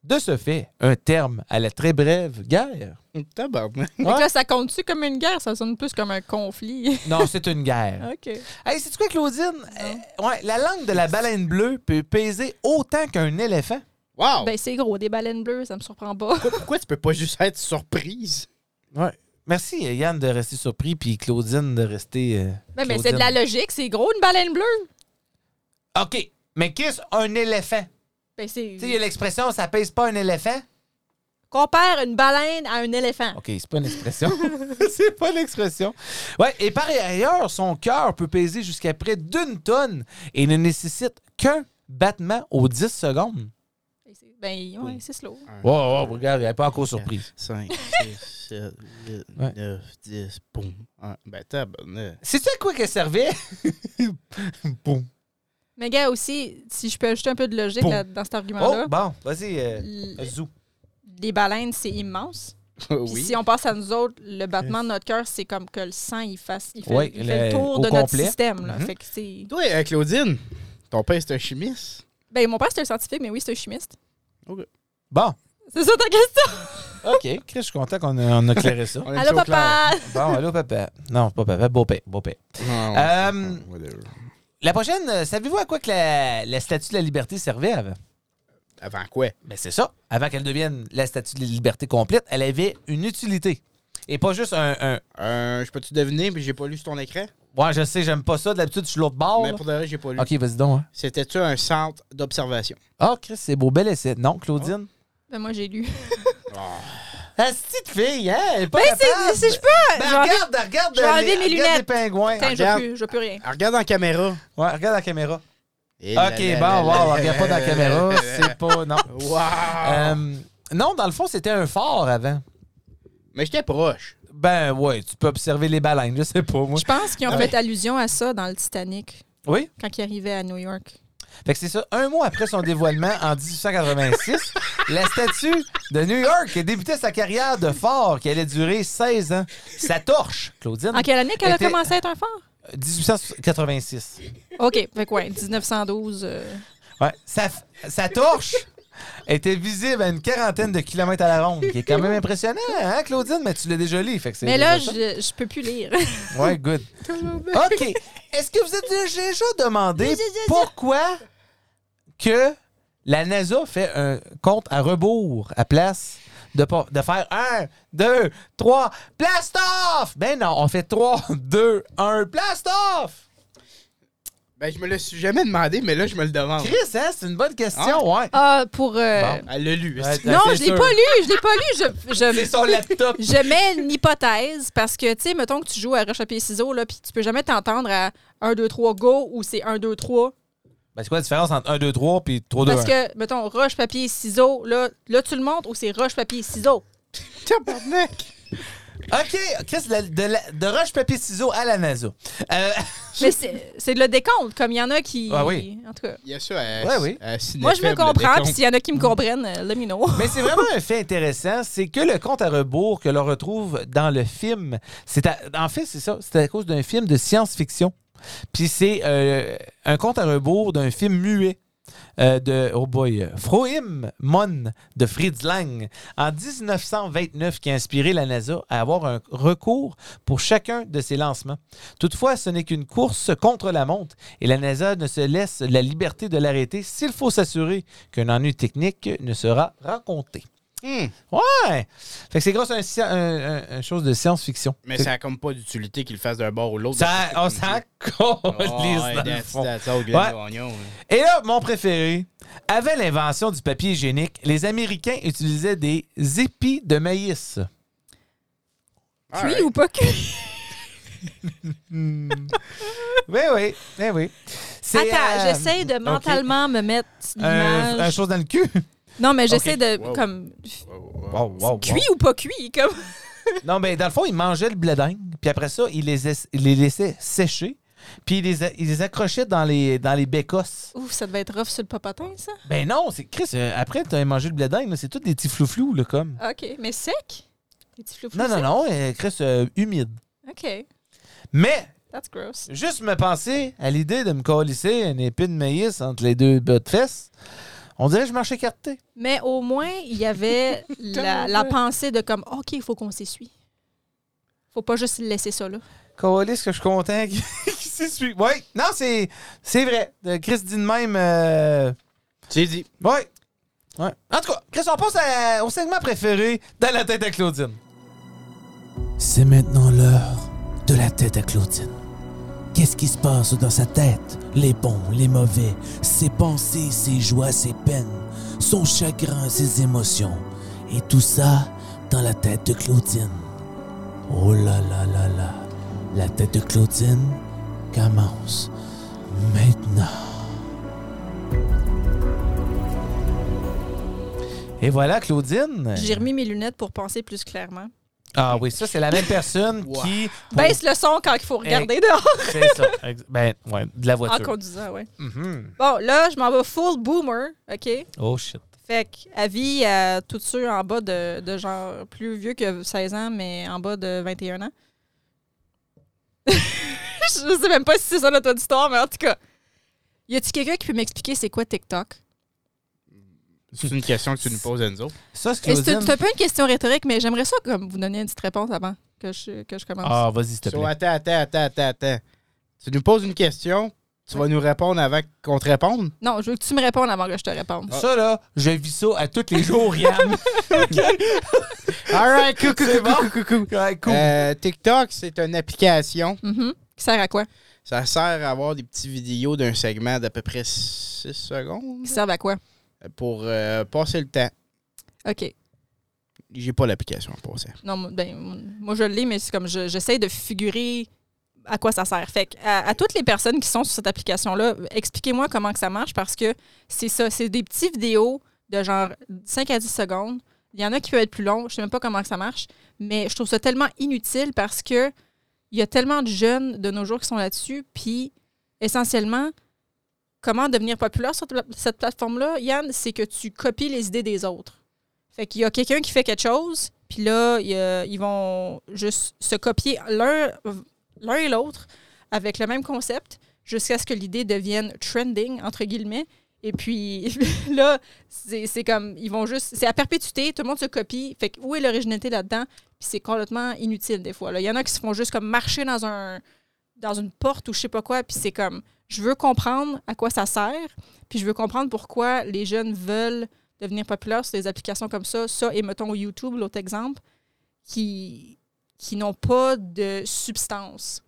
de ce fait un terme à la très brève guerre. Tabarnak. Donc là, ça compte-tu comme une guerre? Ça sonne plus comme un conflit. Non, c'est une guerre. OK. Hey, sais-tu quoi, Claudine? Ouais, la langue de la baleine bleue peut peser autant qu'un éléphant. Wow! Ben, c'est gros, des baleines bleues, ça me surprend pas. Pourquoi tu peux pas juste être surprise? Ouais. Merci, Yann, de rester surpris, puis Claudine de rester. Ben, mais Claudine. c'est de la logique, c'est gros, une baleine bleue. OK, mais qu'est-ce un éléphant? Ben, c'est. Tu sais, il y a l'expression ça pèse pas un éléphant. Compare une baleine à un éléphant. OK, c'est pas une expression. C'est pas une expression. Ouais, et par ailleurs, son cœur peut peser jusqu'à près d'1 tonne et ne nécessite qu'un battement aux 10 secondes. Ben, ouais, c'est slow. Wow, regarde, elle n'est pas encore surprise. 5, 6, 7, 8, Ouais. 9, 10, boum. Ben, tabarnak. Sais-tu à quoi qu'elle servait? Boum. Mais gars, aussi, si je peux ajouter un peu de logique Boum. dans cet argument-là, Oh, bon, vas-y, zou. les baleines, c'est immense. Puis Oui. si on passe à nous autres, le battement de notre cœur, c'est comme que le sang, il fait Ouais, le tour au de notre complet. système. Là. Mhm. Fait que c'est... Toi, Claudine, ton père, c'est un chimiste? Ben, mon père, c'est un scientifique, mais oui, c'est un chimiste. Bon, C'est ça ta question? OK. Chris, je suis content qu'on a éclairé ça. On est Allô, au clair. papa! Bon, allô, papa. Non, pas papa, beau-père. Non, whatever. La prochaine, savez-vous à quoi que la Statue de la Liberté servait avant? Avant quoi? Ben c'est ça. Avant qu'elle devienne la Statue de la Liberté complète, elle avait une utilité. Et pas juste un... Je peux-tu deviner, mais j'ai pas lu sur ton écran? Ouais, je sais, j'aime pas ça. D'habitude, je suis l'autre bord. Mais là. pour de vrai, j'ai pas lu. OK, vas-y donc. Hein. C'était-tu un centre d'observation? Ah, Chris, c'est beau, bel essai. Non, Claudine? Ben, moi, j'ai lu. La petite fille, hein? Elle est pas Ben, capable. si je peux! Ben, je vais enlever- regarde je vais enlever mes regarde lunettes. les pingouins. Tiens, regarde. je veux plus rien. Regarde dans la caméra. Ouais, regarde la caméra. Et OK, bon, regarde pas dans la caméra. C'est pas... Non. Wow! Non, dans le fond, c'était un phare avant. Mais j'étais proche. Ben, ouais, tu peux observer les baleines, je sais pas, moi. Je pense qu'ils ont fait allusion à ça dans le Titanic, Oui? quand ils arrivaient à New York. Fait que c'est ça. Un mois après son dévoilement, en 1886, la statue de New York a débuté sa carrière de phare qui allait durer 16 ans. Sa torche, Claudine, En quelle année qu'elle a était- commencé à être un phare? 1886. OK, fait quoi, 1912. Ouais. Sa torche était visible à une quarantaine de kilomètres à la ronde, qui est quand même impressionnant, hein, Claudine? Mais tu l'as déjà lu, fait que c'est Mais là, déjà ça. je peux plus lire. Ouais, good. OK. Est-ce que vous êtes déjà demandé pourquoi que la NASA fait un compte à rebours à place de faire 1, 2, 3, blast off? Ben non, on fait 3, 2, 1, blast off! Ben, je me le suis jamais demandé, mais là, je me le demande. Chris, hein, c'est une bonne question, ouais. Ah, pour... Bon. Elle l'a lu. Ouais, Non, c'est je l'ai sûr. pas lu, je l'ai pas lu. C'est son laptop. Je mets une hypothèse parce que, tu sais, mettons que tu joues à roche, papier, ciseaux, là, puis tu peux jamais t'entendre à 1, 2, 3, go ou c'est 1, 2, 3. Ben, c'est quoi la différence entre 1, 2, 3 puis 3, 2, 1? Parce que, mettons, roche, papier, ciseaux, là tu le montres ou c'est roche, papier, ciseaux. Tabarnak! OK, Chris, de roche, papier, ciseaux à la NASA. Mais c'est le décompte, comme il y en a qui... Ah oui. En tout cas. Il y a ça à, Ouais, oui. à Cinéfeb, Moi, je me le comprends, décompte. puis s'il y en a qui me comprennent, let me know. Mais c'est vraiment un fait intéressant, c'est que le compte à rebours que l'on retrouve dans le film, en fait, c'est ça, c'est à cause d'un film de science-fiction. Puis c'est un compte à rebours d'un film muet de, oh boy, Froim Mon de Fritz Lang en 1929 qui a inspiré la NASA à avoir un recours pour chacun de ses lancements. Toutefois, ce n'est qu'une course contre la montre et la NASA ne se laisse la liberté de l'arrêter s'il faut s'assurer qu'un ennui technique ne sera rencontré. Ouais! Fait que c'est grâce à un chose de science-fiction. Mais ça n'a comme pas d'utilité qu'il le fasse d'un bord ou l'autre. On s'en calisse dans le fond. Et là, mon préféré. Avant l'invention du papier hygiénique, les Américains utilisaient des épis de maïs. Cuit ou pas cuit? Oui. C'est, Attends, j'essaie de mentalement me mettre l'image. un chose dans le cul. Non, mais j'essaie Ok. de, Wow. comme, Wow. cuit ou pas cuit, comme... Non, mais dans le fond, ils mangeaient le blé d'Inde, puis après ça, ils les laissaient sécher, puis ils les accrochaient dans les bécosses. Ouf, ça devait être rough sur le popotin, ça? Ben non, c'est Chris, après, tu as mangé le blé d'Inde, là, c'est tous des petits flouflous, là, comme. OK, mais sec? Les petits flou Non, Chris, humide. OK, Mais, that's gross. juste me penser à l'idée de me colisser une épine de maïs entre les deux bas de fesses. On dirait que je marche écarté. Mais au moins, il y avait la pensée de comme, OK, il faut qu'on s'essuie. Faut pas juste laisser ça là. Colis, que je suis content qu'il s'essuie. Oui, non, c'est vrai. Chris dit de même. C'est dit. Oui. Ouais. En tout cas, Chris, on passe au segment préféré dans la tête à Claudine. C'est maintenant l'heure de la tête à Claudine. Qu'est-ce qui se passe dans sa tête? Les bons, les mauvais, ses pensées, ses joies, ses peines, son chagrin, ses émotions. Et tout ça dans la tête de Claudine. Oh là là là là. La tête de Claudine commence maintenant. Et voilà, Claudine. J'ai remis mes lunettes pour penser plus clairement. Ah oui, ça, c'est la même personne qui... Baisse le son quand il faut regarder dehors. C'est ça. Ben, ouais, de la voiture. En conduisant, ouais. Mm-hmm. Bon, là, je m'en vais full boomer, OK? Oh, shit. Fait qu'avis à tous ceux en bas de genre plus vieux que 16 ans, mais en bas de 21 ans. Je sais même pas si c'est ça notre auditoire, mais en tout cas. Y a-t-il quelqu'un qui peut m'expliquer c'est quoi TikTok? C'est une question que tu nous poses, Enzo. Ça, c'est Claudine. C'est un peu une question rhétorique, mais j'aimerais ça comme vous donner une petite réponse avant que je commence. Ah, vas-y, s'il te plaît. Attends. Tu nous poses une question, tu vas nous répondre avant qu'on te réponde? Non, je veux que tu me répondes avant que je te réponde. Ça, là, je vis ça à tous les jours, Yann. All right, coucou. Ouais, cool. TikTok, c'est une application. Mhm. Qui sert à quoi? Ça sert à avoir des petites vidéos d'un segment d'à peu près 6 secondes. Qui sert à quoi? Pour passer le temps. OK. J'ai pas l'application en passant. Non, ben, moi, je l'ai, mais c'est comme j'essaie de figurer à quoi ça sert. Fait que à toutes les personnes qui sont sur cette application-là, expliquez-moi comment que ça marche parce que c'est ça. C'est des petites vidéos de genre 5 à 10 secondes. Il y en a qui peuvent être plus longs. Je sais même pas comment que ça marche. Mais je trouve ça tellement inutile parce que il y a tellement de jeunes de nos jours qui sont là-dessus. Puis, essentiellement, comment devenir populaire sur cette plateforme-là, Yann, c'est que tu copies les idées des autres. Fait qu'il y a quelqu'un qui fait quelque chose, puis là, ils vont juste se copier l'un et l'autre avec le même concept jusqu'à ce que l'idée devienne trending, entre guillemets. Et puis là, c'est comme, ils vont juste, c'est à perpétuité, tout le monde se copie. Fait que où est l'originalité là-dedans? Puis c'est complètement inutile des fois. Il y en a qui se font juste comme marcher dans une porte ou je sais pas quoi, puis c'est comme, je veux comprendre à quoi ça sert, puis je veux comprendre pourquoi les jeunes veulent devenir populaires sur des applications comme ça. Ça, et mettons YouTube, l'autre exemple, qui n'ont pas de substance.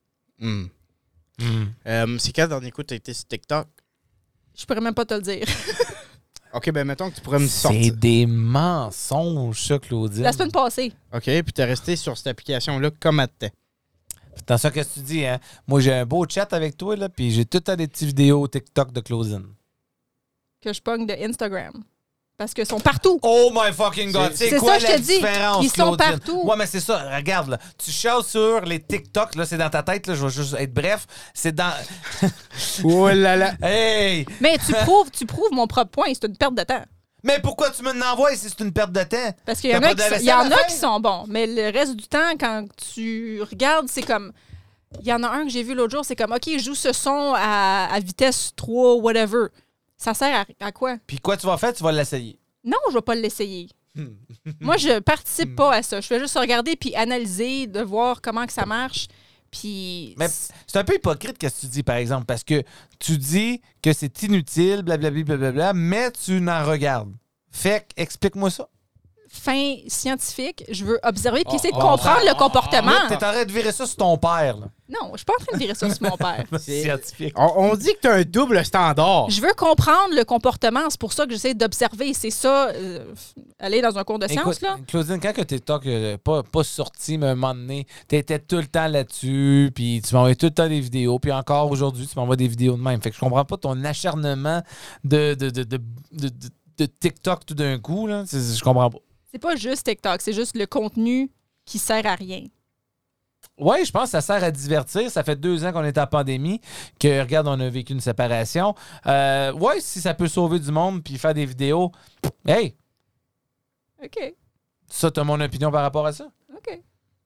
C'est quand dernier coup tu as été sur TikTok? Je pourrais même pas te le dire. OK, ben mettons que tu pourrais me sortir. C'est des mensonges, ça, Claudine. La semaine passée. OK, puis tu es resté sur cette application-là comme à temps. Attention, qu'est-ce que tu dis, hein? Moi, j'ai un beau chat avec toi, là, puis j'ai tout le temps des petites vidéos TikTok de Claudine. Que je pogne de Instagram. Parce qu'ils sont partout. Oh my fucking God! C'est quoi ça, je la te dis. différence, Ils sont Claudine? partout. Ouais, mais c'est ça. Regarde, là. Tu chasses sur les TikTok, là, c'est dans ta tête, là. Je vais juste être bref. C'est dans... Oh là là! Hey! Mais tu prouves mon propre point. C'est une perte de temps. Mais pourquoi tu me l'envoies si c'est une perte de temps? Parce qu'il y en a qui sont bons. Mais le reste du temps, quand tu regardes, c'est comme... Il y en a un que j'ai vu l'autre jour, c'est comme, OK, je joue ce son à vitesse 3, whatever. Ça sert à quoi? Puis quoi tu vas faire? Tu vas l'essayer. Non, je vais pas l'essayer. Moi, je participe pas à ça. Je fais juste regarder puis analyser, de voir comment que ça marche. Puis... Mais c'est un peu hypocrite ce que tu dis, par exemple, parce que tu dis que c'est inutile, blablabla, mais tu n'en regardes. Fait explique-moi ça. Fin scientifique, je veux observer puis essayer de comprendre le comportement. T'es en train de virer ça sur ton père, là. Non, je suis pas en train de virer ça sur mon père. C'est scientifique. On dit que tu as un double standard. Je veux comprendre le comportement. C'est pour ça que j'essaie d'observer. C'est ça, aller dans un cours de sciences, là. Claudine, quand que TikTok pas sorti, mais à un moment donné, t'étais tout le temps là-dessus, puis tu m'envoies tout le temps des vidéos, puis encore aujourd'hui, tu m'envoies des vidéos de même. Fait que je comprends pas ton acharnement de TikTok tout d'un coup, là. Je comprends pas. C'est pas juste TikTok, c'est juste le contenu qui sert à rien. Oui, je pense que ça sert à divertir. Ça fait 2 ans qu'on est en pandémie, que, regarde, on a vécu une séparation. Oui, si ça peut sauver du monde puis faire des vidéos, hey! OK. Ça, t'as mon opinion par rapport à ça? OK.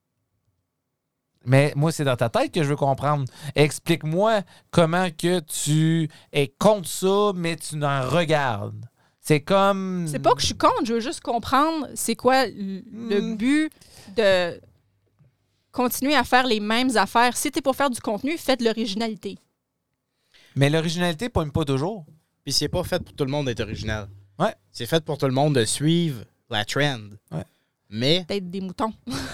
Mais moi, c'est dans ta tête que je veux comprendre. Explique-moi comment que tu es contre ça, mais tu n'en regardes. C'est comme... C'est pas que je suis contre, je veux juste comprendre c'est quoi le but de continuer à faire les mêmes affaires. Si t'es pour faire du contenu, faites de l'originalité. Mais l'originalité pogne pas toujours. Puis c'est pas fait pour tout le monde d'être original. Ouais. C'est fait pour tout le monde de suivre la trend. Ouais. Mais... D'être des moutons.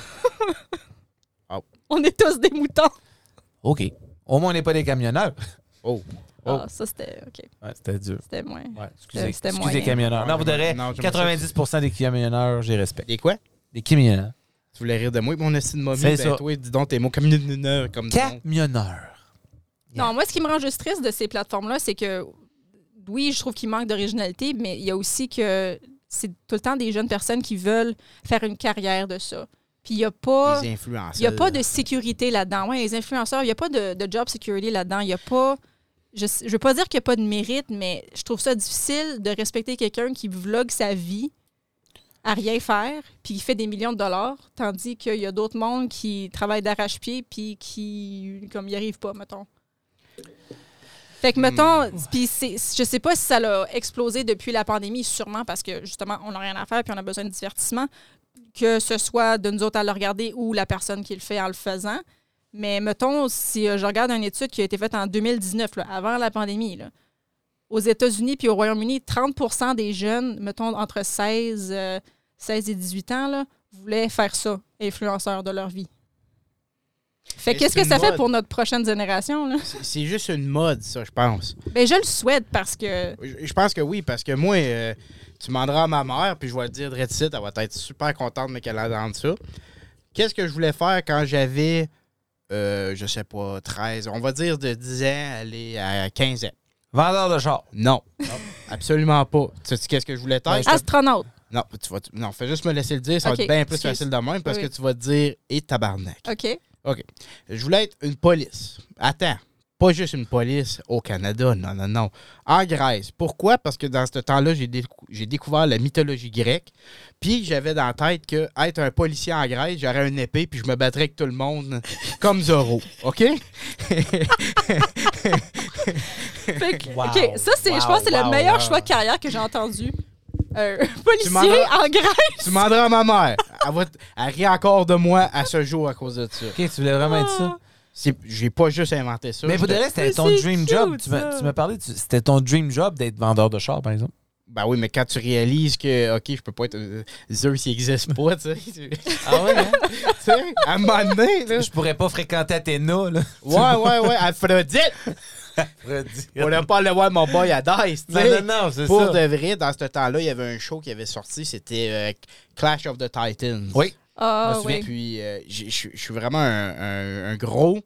Oh. On est tous des moutons. OK. Au moins, on n'est pas des camionneurs. Oh. Ah, ça, c'était... OK. Ouais, c'était dur. C'était moins... Ouais, excusez, C'était excusez moyen. les camionneurs. Non, vous direz, Non, 90% des camionneurs, j'ai respect. Et quoi? Des camionneurs. Tu voulais rire de moi, mon estime de momie? C'est Ben ça. toi, dis donc, t'es mon camionneur comme du monde. Camionneurs. Non, moi, ce qui me rend juste triste de ces plateformes-là, c'est que, oui, je trouve qu'il manque d'originalité, mais il y a aussi que c'est tout le temps des jeunes personnes qui veulent faire une carrière de ça. Puis il n'y a pas... Les influenceurs. Il n'y a pas de sécurité là-dedans. Ouais, les influenceurs, il n'y a pas de job security là-dedans. Il n'y a pas... Je ne veux pas dire qu'il n'y a pas de mérite, mais je trouve ça difficile de respecter quelqu'un qui vlogue sa vie à rien faire, puis qui fait des millions de dollars, tandis qu'il y a d'autres mondes qui travaillent d'arrache-pied, puis qui, comme, n'y arrivent pas, mettons. Fait que, mettons, puis je sais pas si ça l'a explosé depuis la pandémie, sûrement parce que, justement, on n'a rien à faire, puis on a besoin de divertissement, que ce soit de nous autres à le regarder ou la personne qui le fait en le faisant. Mais mettons, si je regarde une étude qui a été faite en 2019, là, avant la pandémie, là, aux États-Unis puis au Royaume-Uni, 30% des jeunes, mettons entre 16 et 18 ans, là, voulaient faire ça, influenceurs de leur vie. Fait Mais qu'est-ce c'est que ça une fait mode. pour notre prochaine génération? Là? C'est juste une mode, ça, je pense. Ben, je le souhaite parce que... Je pense que oui, parce que moi, tu demanderas à ma mère, puis je vais te dire direct ici, elle va être super contente de qu'elle entende ça. Qu'est-ce que je voulais faire quand j'avais, je sais pas, 13, on va dire de 10 ans, aller à 15 ans? Vendeur de char. Non, absolument pas. Tu sais qu'est-ce que je voulais faire? Astronaute. Non, non, fais juste me laisser le dire, ça va Ok, être bien plus excuse. facile de même, parce Oui. que tu vas te dire « et tabarnak ». OK. OK. Je voulais être une police. Attends, pas juste une police au Canada, non. En Grèce. Pourquoi? Parce que dans ce temps-là, j'ai découvert la mythologie grecque, puis j'avais dans la tête que être un policier en Grèce, j'aurais une épée, puis je me battrais avec tout le monde comme Zorro. OK? Fait que, Wow. OK, ça, c'est, je pense que c'est le meilleur choix de carrière que j'ai entendu. Policier m'en- en Grèce. Tu demanderas à ma mère. Elle rit encore de moi à ce jour à cause de ça. OK, tu voulais vraiment être ça. J'ai pas juste inventé ça. Mais pour de vrai, c'était Mais ton c'est dream cute, job. ça. Tu m'as parlé, c'était ton dream job d'être vendeur de char, par exemple. Ben oui, mais quand tu réalises que, OK, je peux pas être... Zeus, il existe pas, tu sais. Ah ouais, hein? Tu sais, à un moment donné, là... Je pourrais pas fréquenter Athéna, là. Ouais, Aphrodite! On n'a pas le voir mon boy à Dice, tu sais. Non, c'est Pour ça. de vrai, dans ce temps-là, il y avait un show qui avait sorti, c'était Clash of the Titans. Oui. Ah, Je me souviens. oui. Puis, je suis vraiment un gros...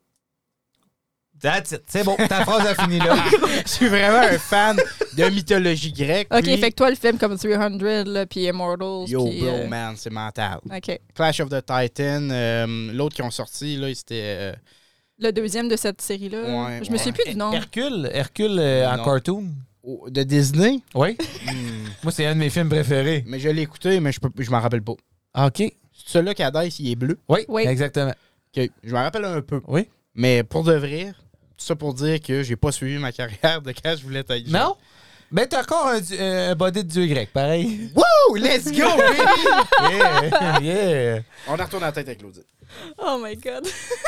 That's it. C'est bon, ta phrase a fini là. Je suis vraiment un fan de mythologie grecque. OK, puis- fait que toi, le film comme 300, là, puis Immortals, Yo, puis... bro, man, c'est mental. OK. Clash of the Titans, l'autre qui ont sorti, là, c'était... Le deuxième de cette série-là. Ouais, je me souviens plus du nom. Hercule en Non. cartoon. de Disney. Oui. Moi, c'est un de mes films préférés. Mais je l'ai écouté, mais je m'en rappelle pas. Ah, OK. C'est celui-là qui a Dice, il est bleu. Oui, Oui. exactement. OK, je m'en rappelle un peu. Oui. Mais pour de vrai, tout ça pour dire que j'ai pas suivi ma carrière de quand je voulais être jeune. Non? Mais t'as encore un body de dieu grec, pareil. Woo! Let's go, baby! Yeah, yeah. On retourne la tête avec Claudine. Oh my God.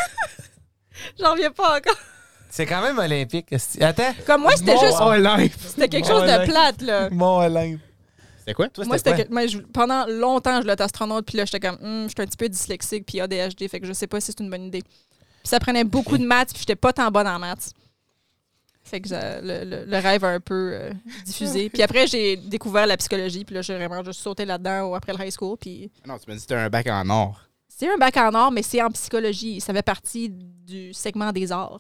J'en reviens pas encore. C'est quand même olympique. Attends. Comme moi, c'était Mon juste... Olympe. C'était quelque chose de plate, là. Mon Olympe. C'était quoi? Toi, Moi, c'était c'était quoi? que- moi, pendant longtemps, je voulais être astronaute, puis là, j'étais comme, je suis un petit peu dyslexique, puis ADHD, fait que je sais pas si c'est une bonne idée. Puis ça prenait beaucoup de maths, puis j'étais pas tant bonne en maths. Fait que le rêve a un peu diffusé. Puis après, j'ai découvert la psychologie, puis là, j'ai vraiment juste sauté là-dedans après le high school, puis Non, tu m'as dit que c'était un bac en or. c'est un bac en or, mais c'est en psychologie. Ça fait partie du segment des arts.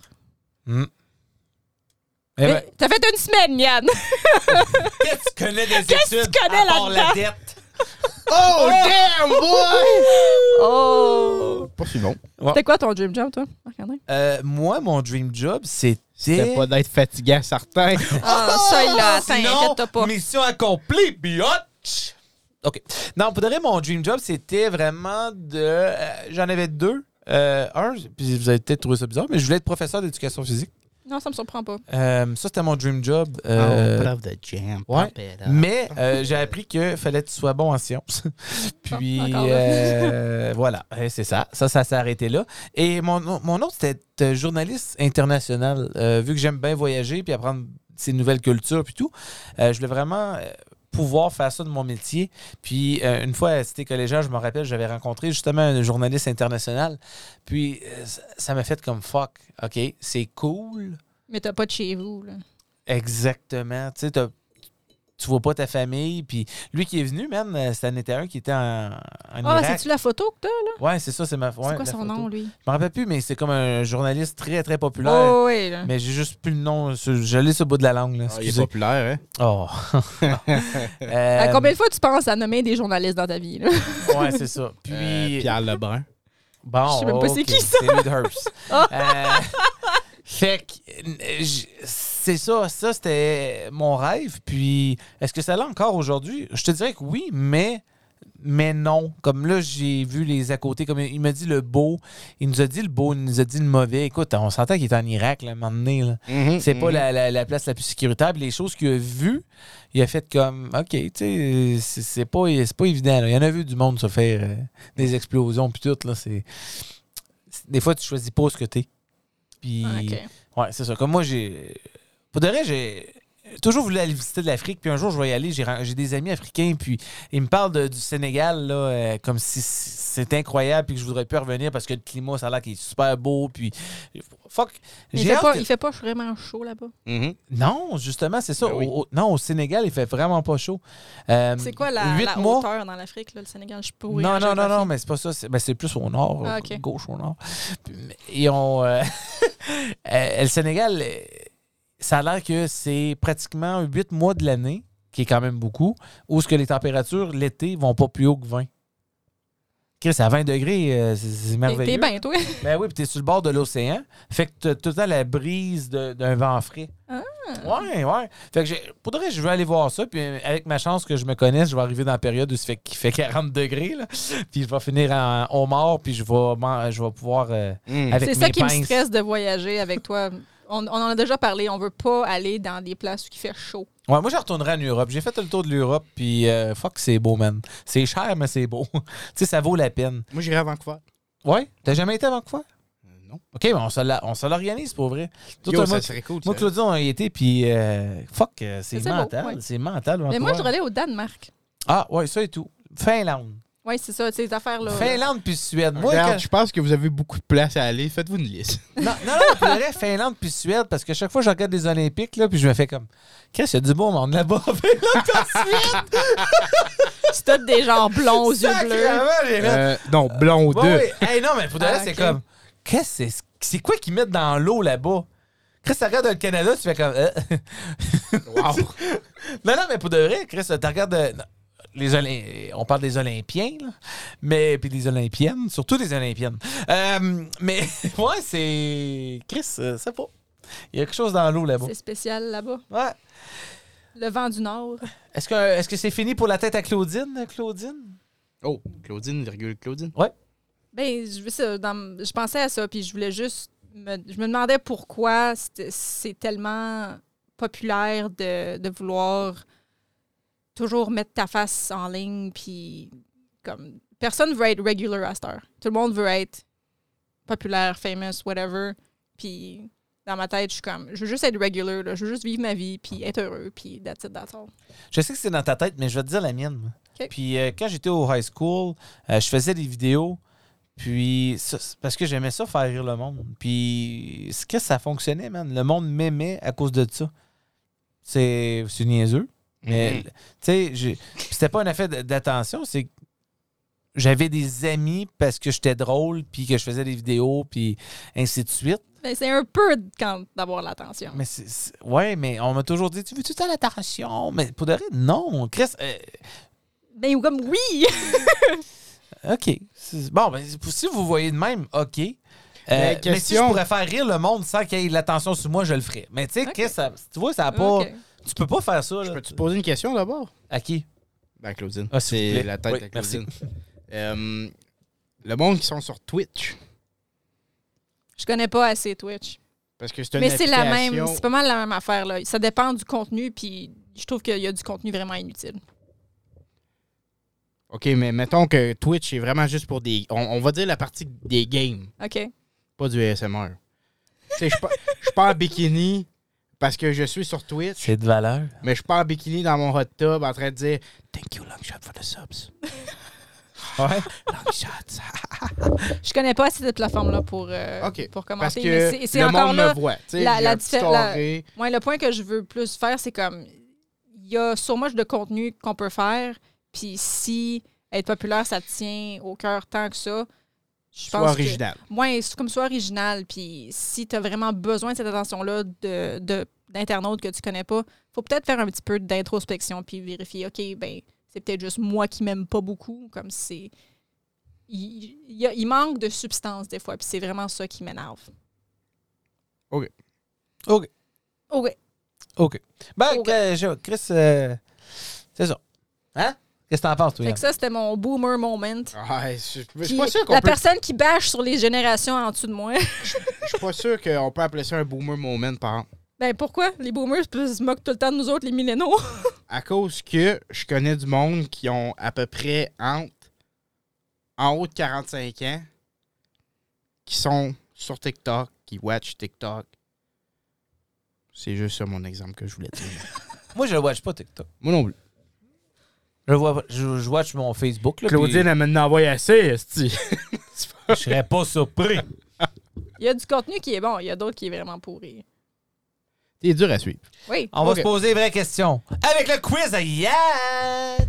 Eh ben, Mais t'as fait une semaine, Yann! qu'est-ce que tu connais des Qu'est-ce que études tu connais à part la là-dedans? dette? Oh, damn, boy! Oh! Pas si bon. C'était quoi ton dream job, toi, Marc-André? Moi, mon dream job, c'était... C'était pas d'être fatiguant, certain. Ah, ça, il l'a atteint, Sinon, inquiète-toi pas. mission accomplie, biatch! OK. Non, pour de vrai, mon dream job, c'était vraiment de... j'en avais deux. Un, puis vous avez peut-être trouvé ça bizarre, mais je voulais être professeur d'éducation physique. Non, ça me surprend pas. Ça, c'était mon dream job. Put off the jam. Ouais. Pop it up. Mais j'ai appris qu'il fallait que tu sois bon en sciences. Puis encore voilà, c'est ça. Ça s'est arrêté là. Et mon autre, c'était être journaliste international. Vu que j'aime bien voyager puis apprendre ces nouvelles cultures puis tout, je voulais vraiment pouvoir faire ça de mon métier. Puis une fois à Cité collégiale, je me rappelle, j'avais rencontré justement un journaliste international. Puis ça m'a fait comme fuck. OK, c'est cool. Mais t'as pas de chez vous, là. Exactement. Tu sais, tu vois pas ta famille. Puis lui qui est venu, man, c'était un qui était en Irak. C'est-tu la photo que t'as, là? Ouais, c'est ça, c'est ma C'est quoi la son photo. nom, lui? Je me rappelle plus, mais c'est comme un journaliste très, très populaire. Oh, oui, là. Mais j'ai juste plus le nom. Je l'ai sur le bout de la langue. Là, Il est excusez. populaire, hein? Oh. Combien de fois tu penses à nommer des journalistes dans ta vie, là? Ouais, c'est ça. Puis. Pierre Lebrun. Bon, Je sais même pas c'est ok, qui, ça. C'est lui de Hearst. Ah. Fait que c'est ça. Ça, c'était mon rêve. Puis, est-ce que ça l'a encore aujourd'hui? Je te dirais que oui, mais non. Comme là, j'ai vu les à côté. Comme il m'a dit le beau. Il nous a dit le beau, il nous a dit le mauvais. Écoute, on s'entend qu'il est en Irak, là, à un moment donné. Là. C'est pas la place la plus sécuritaire. Les choses qu'il a vues, il a fait comme, OK, tu sais, c'est pas évident. Là. Il y en a vu du monde se faire des explosions puis tout. Là, des fois, tu choisis pas ce que t'es. Puis, ouais, c'est ça. Comme moi, pour de vrai, j'ai toujours voulu aller visiter de l'Afrique. Puis un jour, je vais y aller. J'ai des amis africains. Puis ils me parlent du Sénégal, là, comme si c'est incroyable. Puis que je voudrais plus revenir parce que le climat, ça a l'air qu'il est super beau. Puis, fuck. Il fait pas vraiment chaud là-bas. Non, justement, c'est ça. Ben oui. Au Sénégal, il fait vraiment pas chaud. C'est quoi la hauteur dans l'Afrique, là, le Sénégal? Je peux Non, mais c'est pas ça. C'est plus au nord, gauche au nord. Ils ont... le Sénégal, ça a l'air que c'est pratiquement 8 mois de l'année, qui est quand même beaucoup, où ce que les températures, l'été, vont pas plus haut que 20. Chris, à 20 degrés, c'est merveilleux. T'es bien, toi. Ben oui, puis t'es sur le bord de l'océan. Fait que t'as tout le temps la brise d'un vent frais. Ah. Ouais. Fait que pour de vrai, je veux aller voir ça. Puis avec ma chance que je me connaisse, je vais arriver dans la période où il fait 40 degrés. Là. Puis je vais finir en homard, puis je vais pouvoir avec C'est ça mes qui me pinces. stresse de voyager avec toi. On en a déjà parlé. On veut pas aller dans des places où il fait chaud. Ouais, moi, je retournerai en Europe. J'ai fait le tour de l'Europe, puis fuck, c'est beau, man. C'est cher, mais c'est beau. Tu sais, ça vaut la peine. Moi, j'irai à Vancouver. Ouais? T'as jamais été à Vancouver? Non. OK, mais on se l'organise, pour vrai. Yo, ça serait cool. Moi, Claudia, on y était, puis fuck, c'est mental. beau, ouais. C'est mental, Mais moi, je voudrais aller au Danemark. Ah, ouais, ça et tout. Finlande. Oui, c'est ça, ces affaires-là. Finlande puis Suède. Moi, Regarde, je pense que vous avez beaucoup de place à aller. Faites-vous une liste. Non, pour le vrai, Finlande puis Suède, parce que chaque fois que je regarde les Olympiques, là, puis je me fais comme, qu'est-ce qu'il y a du beau monde là-bas, Finlande puis Suède? C'est tous des gens blonds aux yeux bleus. Non, blond ou deux. Ouais. Hey, non, mais pour de vrai, c'est ok. comme, c'est quoi qu'ils mettent dans l'eau là-bas? Chris, tu regardes le Canada, tu fais comme, Wow. Non, mais pour de vrai, Chris, tu regardes... on parle des Olympiens, là, mais puis des Olympiennes, surtout des Olympiennes. Mais ouais, c'est... Chris, c'est pas... Il y a quelque chose dans l'eau là-bas. C'est spécial là-bas. Ouais. Le vent du Nord. Est-ce que c'est fini pour la tête à Claudine? Oh, Claudine, virgule Claudine. Ben, je pensais à ça, puis je voulais juste... Je me demandais pourquoi c'est tellement populaire de vouloir toujours mettre ta face en ligne, puis comme... Personne veut être regular à cette heure. Tout le monde veut être populaire, famous, whatever. Puis dans ma tête, je suis comme... Je veux juste être regular, là. Je veux juste vivre ma vie, puis être heureux, puis that's it, that's all. Je sais que c'est dans ta tête, mais je vais te dire la mienne. OK. Puis quand j'étais au high school, je faisais des vidéos, puis parce que j'aimais ça, faire rire le monde. Puis ce que ça fonctionnait, man. Le monde m'aimait à cause de ça. C'est niaiseux. Mais, tu sais, c'était pas un effet d'attention, c'est que j'avais des amis parce que j'étais drôle, puis que je faisais des vidéos, puis ainsi de suite. Ben, c'est un peu d'avoir l'attention. Mais ouais, mais on m'a toujours dit, tu veux-tu l'attention? Mais pour de vrai, non. Chris, Ben, comme oui! OK. Bon, ben, si vous voyez de même, OK. Mais si je pourrais faire rire le monde sans qu'il y ait l'attention sur moi, je le ferais. Mais tu sais, Okay. tu vois, ça n'a pas... OK. Tu peux pas faire ça. Là. Je peux te poser une question d'abord? À qui? Ben, Claudine. Ah, s'il vous C'est plaît. la tête Oui, à Claudine. Le monde qui sont sur Twitch. Je connais pas assez Twitch. Parce que c'est une Mais c'est la application... même, c'est pas mal la même affaire, là. Ça dépend du contenu, puis je trouve qu'il y a du contenu vraiment inutile. OK, mais mettons que Twitch est vraiment juste pour des... On va dire la partie des games, OK. pas du ASMR. Tu sais, je suis pas en bikini parce que je suis sur Twitch, C'est de valeur. mais je suis pas en bikini dans mon hot tub en train de dire « Thank you, Longshot, for the subs. » Ouais. Longshot. Je connais pas assez cette plateforme-là pour Parce commenter. que Mais c'est le encore monde là. me voit. Tu sais, la- j'ai la un petit diffé- la- carré. Ouais, le point que je veux plus faire, c'est comme il y a so much de contenu qu'on peut faire, puis si être populaire, ça te tient au cœur tant que ça, je Sois pense original. que ouais, c'est comme soit original, puis si tu as vraiment besoin de cette attention-là d'internautes que tu connais pas, faut peut-être faire un petit peu d'introspection puis vérifier, OK, ben c'est peut-être juste moi qui m'aime pas beaucoup, comme si il manque de substance des fois, puis c'est vraiment ça qui m'énerve. OK. OK. OK. Ben, OK. Chris, c'est ça. Hein? Qu'est-ce que t'en penses, toi? Fait Yann? que ça, c'était mon boomer moment. Ouais, je suis Puis pas sûr qu'on la peut... personne qui bâche sur les générations en dessous de moi. Je suis pas sûr qu'on peut appeler ça un boomer moment, par exemple. Ben pourquoi? Les boomers se moquent tout le temps de nous autres, les millénaux. À cause que je connais du monde qui ont à peu près en haut de 45 ans, qui sont sur TikTok, qui watch TikTok. C'est juste ça mon exemple que je voulais dire. Moi, je le watch pas, TikTok. Moi non plus. Je watch mon Facebook. Là, Claudine, elle m'a envoyé assez, esti. puis je serais pas surpris. Il y a du contenu qui est bon, il y a d'autres qui est vraiment pourri. T'es dur à suivre. Oui. On va OK. se poser les vraies questions. Avec le quiz à Yann!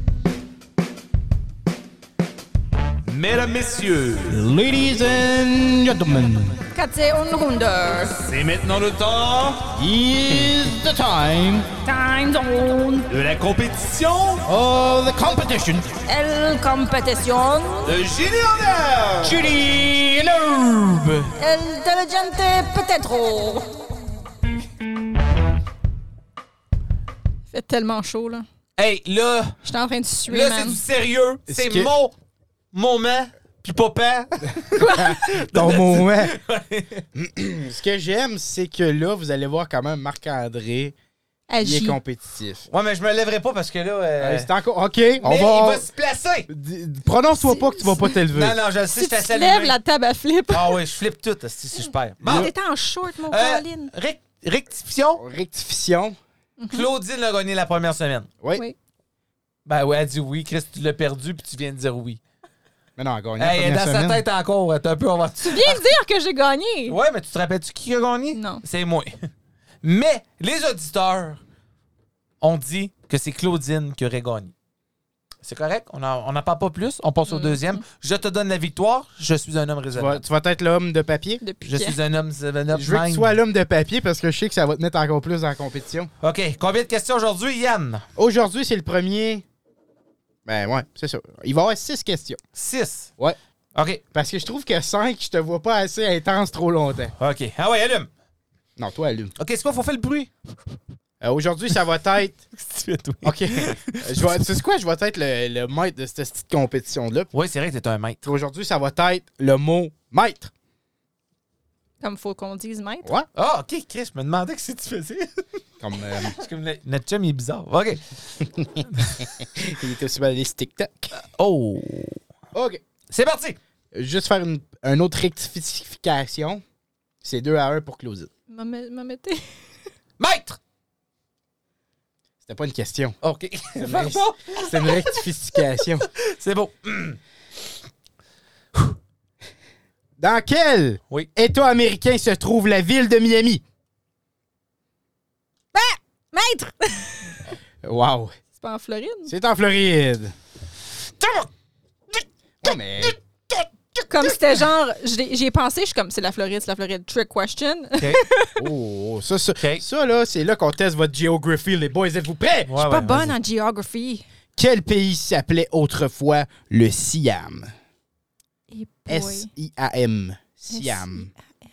Mesdames, messieurs, Ladies and gentlemen, Katze und Runde. c'est maintenant le temps is the time Time Zone. de la compétition of the competition. El Competition. de Génie en Herbe. Judy Noob. El Diligente Peut-être. Il fait tellement chaud, là. Hey, là, J'étais en train de suer, là, c'est man. du sérieux. Est-ce C'est que- mon moment, puis papa. Ton moment. Ce que j'aime, c'est que là, vous allez voir quand même Marc-André, il est Agis. compétitif. Ouais, mais je me lèverai pas parce que là... C'est encore... OK, mais on il va... va se placer. Prononce-toi pas que tu vas pas t'élever. Non, non, je le sais, Si je tu t'ai te lèves, la table à flip. Ah oui, je flippe tout si je perds. Bon, T'étais en short, mon Colin. rectification. Rectification. Claudine l'a gagné la première semaine. Oui. Oui. Ben ouais, elle dit oui. Chris, tu l'as perdu puis tu viens de dire oui. Mais non, encore une Hey, elle est première dans sa semaine. tête encore. T'as un peu, on va... Tu viens de dire que j'ai gagné. Ouais, mais tu te rappelles-tu qui a gagné? Non. C'est moi. Mais les auditeurs ont dit que c'est Claudine qui aurait gagné. C'est correct? On n'en parle pas plus. On passe au deuxième. Je te donne la victoire. Je suis un homme raisonnable. Tu vas être l'homme de papier? Depuis Je suis un homme 7-Up Je veux que tu mind. sois l'homme de papier parce que je sais que ça va te mettre encore plus dans la compétition. OK. Combien de questions aujourd'hui, Yann? Aujourd'hui, c'est le premier... Ben ouais, c'est ça. Il va y avoir 6 questions. 6. Ouais. OK. Parce que je trouve que 5, je te vois pas assez intense trop longtemps. OK. Ah ouais, allume. Non, toi, allume. OK, c'est quoi? Faut faire le bruit. Aujourd'hui, ça va être... Qu'est-ce que tu fais, toi? OK. Tu sais quoi? Je vais être le maître de cette petite compétition-là. Oui, c'est vrai que t'es un maître. Aujourd'hui, ça va être le mot maître. Comme faut qu'on dise maître. Ouais. Ah, OK, Chris, je me demandais que si tu faisais. Comme Parce que notre chum, il est bizarre. OK. il était sur la liste TikTok. Oh. OK. C'est parti. Juste faire une autre rectification. C'est 2-1 pour Claudine. M'a mettez. Maître. C'était pas une question. OK. Pardon? C'est une rectification. C'est beau. Dans quel Oui. État américain se trouve la ville de Miami? Maître! Wow. C'est pas en Floride? C'est en Floride. Oh, mais... Comme c'était genre, j'y ai pensé, je suis comme, c'est la Floride. Trick question. OK. Oh, ça, OK. ça là, c'est là qu'on teste votre géographie, les boys. Êtes-vous prêts? Ouais, Je suis pas ouais, bonne vas-y. en geography. Quel pays s'appelait autrefois le Siam? Et boy. S-I-A-M. Siam.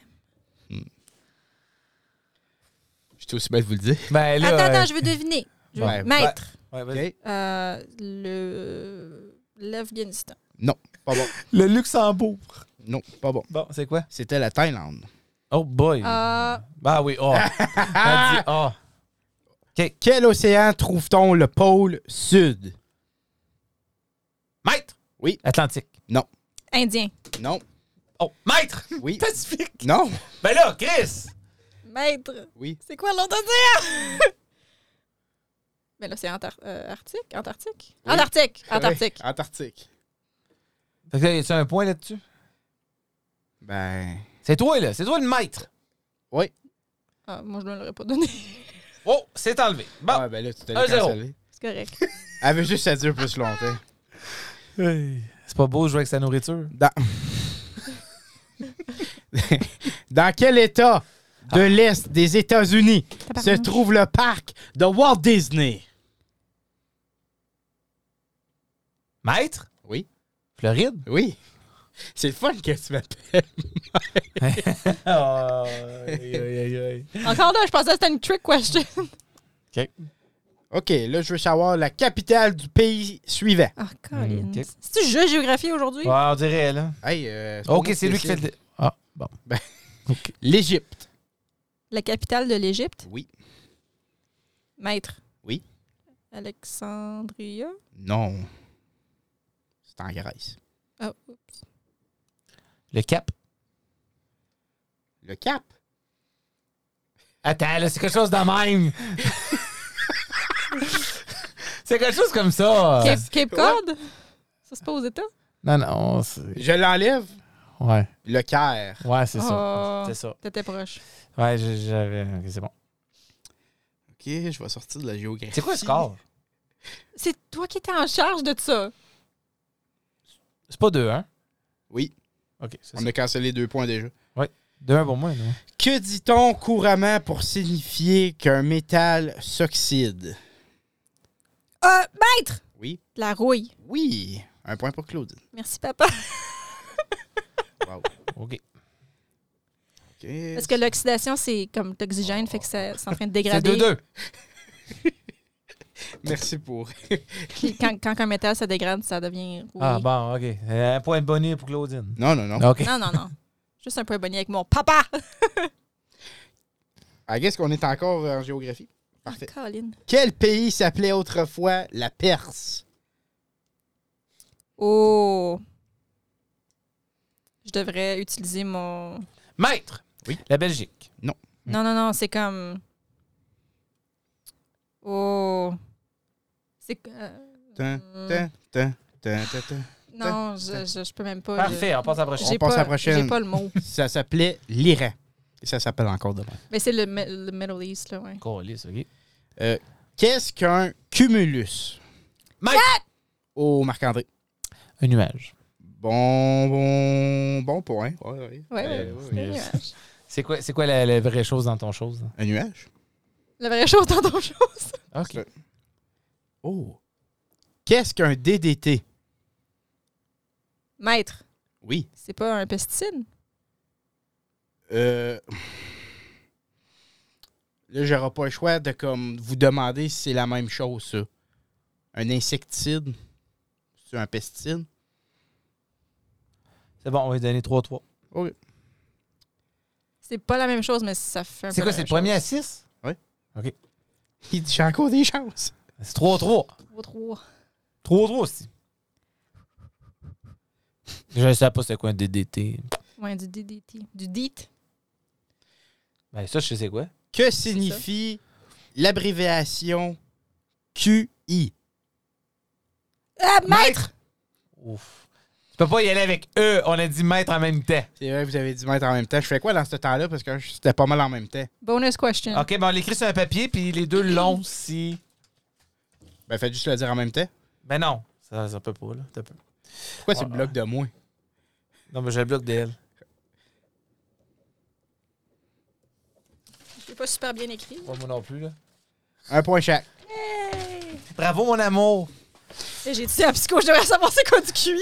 J'étais aussi bien de vous le dire. Ben là... Attends, je veux deviner. Ouais. Maître. Ouais, vas-y. OK. L'Afghanistan. Non, pas bon. Le Luxembourg. Non, pas bon. Bon, c'est quoi? C'était la Thaïlande. Oh boy. Bah oui, oh. Elle dit oh. OK. Quel océan trouve-t-on le pôle sud? Maître. Oui. Atlantique. Non. Indien. Non. Oh, maître. Oui. Pacifique. Non. Ben là, Chris. Maître. Oui. C'est quoi l'autre océan? Mais là, c'est Arctique? Antarctique? Oui. Antarctique. Oui. Antarctique. Antarctique. Fait que là, y a-tu un point là-dessus? Ben... C'est toi, là. C'est toi le maître. Oui. Ah, moi, je ne l'aurais pas donné. Oh, c'est enlevé. Bon. Ah, ben là, tu t'es 1-0. cancellé. C'est correct. Elle veut juste que ça dure plus longtemps. C'est pas beau de jouer avec sa nourriture. Dans quel état de l'Est des États-Unis se Tabarnouche. trouve le parc de Walt Disney? Maître? Oui. Floride? Oui. C'est le fun que tu m'appelles. Oh, aïe, aïe, aïe. Encore là, je pensais que c'était une trick question. OK. OK, là, je veux savoir la capitale du pays suivant. Ah, Colin. Ok. C'est-tu jeu de géographie aujourd'hui? Ouais, on dirait, là. Hey, OK, c'est lui qui fait le... Ah, bon. L'Égypte. La capitale de l'Égypte? Oui. Maître? Oui. Alexandria? Non. C'est en Grèce. Ah, oups. Le Cap. Le Cap. Attends, là, c'est quelque chose de même. C'est quelque chose comme ça. Cape Cod? Ça se passe aux États? Non, non, c'est... Je l'enlève. Ouais. Le Caire. Ouais, c'est ça. Oh, C'est ça. T'étais proche. Ouais, j'avais... OK, c'est bon. OK, je vais sortir de la géographie. C'est quoi le score? C'est toi qui étais en charge de ça. C'est pas 2-1? Oui. OK, c'est On a cancellé 2 points déjà. 2-1 pour moi, non? Que dit-on couramment pour signifier qu'un métal s'oxyde? Maître! Oui. La rouille. Oui. 1 point pour Claude. Merci, papa. Wow. OK. OK. Parce que l'oxydation, c'est comme l'oxygène, fait que c'est en train de C'est dégrader. 2-2. Merci pour... Puis quand un métal se dégrade, ça devient rouillé. Ah, bon, OK. Un point de bonnet pour Claudine. Non, non, non. OK. Non, non, non. Juste un peu bonnet avec mon papa. I guess qu'on est encore en géographie. Parfait. Ah, Colin. Quel pays s'appelait autrefois la Perse? Oh. Je devrais utiliser mon... Maître. Oui. La Belgique. Non, non, non, c'est comme... Oh. C'est... Tin, tin, tin, tin, tin, tin. Non, je peux même pas. Parfait, on passe à la prochaine. On passe à la prochaine. J'ai pas le mot. Ça s'appelait l'Iran. Et ça s'appelle encore demain. Mais c'est le Middle East, là, ouais. Colis, OK. Qu'est-ce qu'un cumulus? Maître. Oh, Marc-André. Un nuage. Bon point. Ouais. Ouais, ouais. c'est un nuage. C'est quoi la vraie chose dans ton chose? Un nuage? La vraie chose dans ton chose. OK. Oh. Qu'est-ce qu'un DDT? Maître, Oui. c'est pas un pesticide? Là, j'aurai pas le choix de comme vous demander si c'est la même chose, ça. Un insecticide? C'est un pesticide? C'est bon, on va lui donner 3-3. OK. C'est pas la même chose, mais ça fait un C'est peu quoi, la c'est même le premier à chose. 6? Oui. OK. Il dit j'ai encore des chances. C'est 3-3. 3-3. 3-3 aussi. Je ne sais pas c'est quoi un DDT. Ouais, du DDT. Du DEET. Ben ça, je sais c'est quoi. Que signifie l'abréviation QI? Maître! Ouf. Tu peux pas y aller avec E. On a dit maître en même temps. C'est vrai, vous avez dit mettre en même temps. Je fais quoi dans ce temps-là? Parce que c'était pas mal en même temps. Bonus question. OK, ben on l'écrit sur un papier, puis les deux longs si... Ben, faites juste le dire en même temps. Ben non, ça peut pas, là. Ça peut. Pourquoi tu le bloques de moi? Non, mais je le bloque d'elle. C'est pas super bien écrit. Pas moi non plus, là. 1 point chaque. Hey! Bravo, mon amour. J'ai dit à Psycho, je devrais savoir c'est quoi du QI.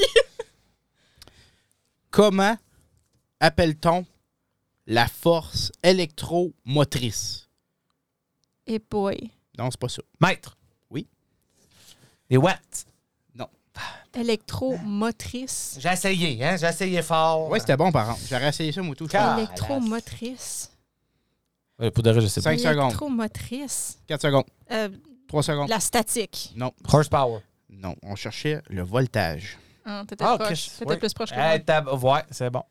Comment appelle-t-on la force électromotrice? Et boy. Non, c'est pas ça. Maître. Oui. Les watts. Non. Électromotrice. J'ai essayé, hein? J'ai essayé fort. Oui, c'était bon, par contre. J'aurais essayé ça, moi, tout. Car- Électromotrice. Ouais, pour de vrai, je sais pas. 5 secondes. Électromotrice. 4 secondes. 3 secondes. La statique. Non. Horsepower. Non, on cherchait le voltage. Ah, t'étais Ah, proche. Chris, T'étais oui. plus proche que moi. Ouais, c'est bon.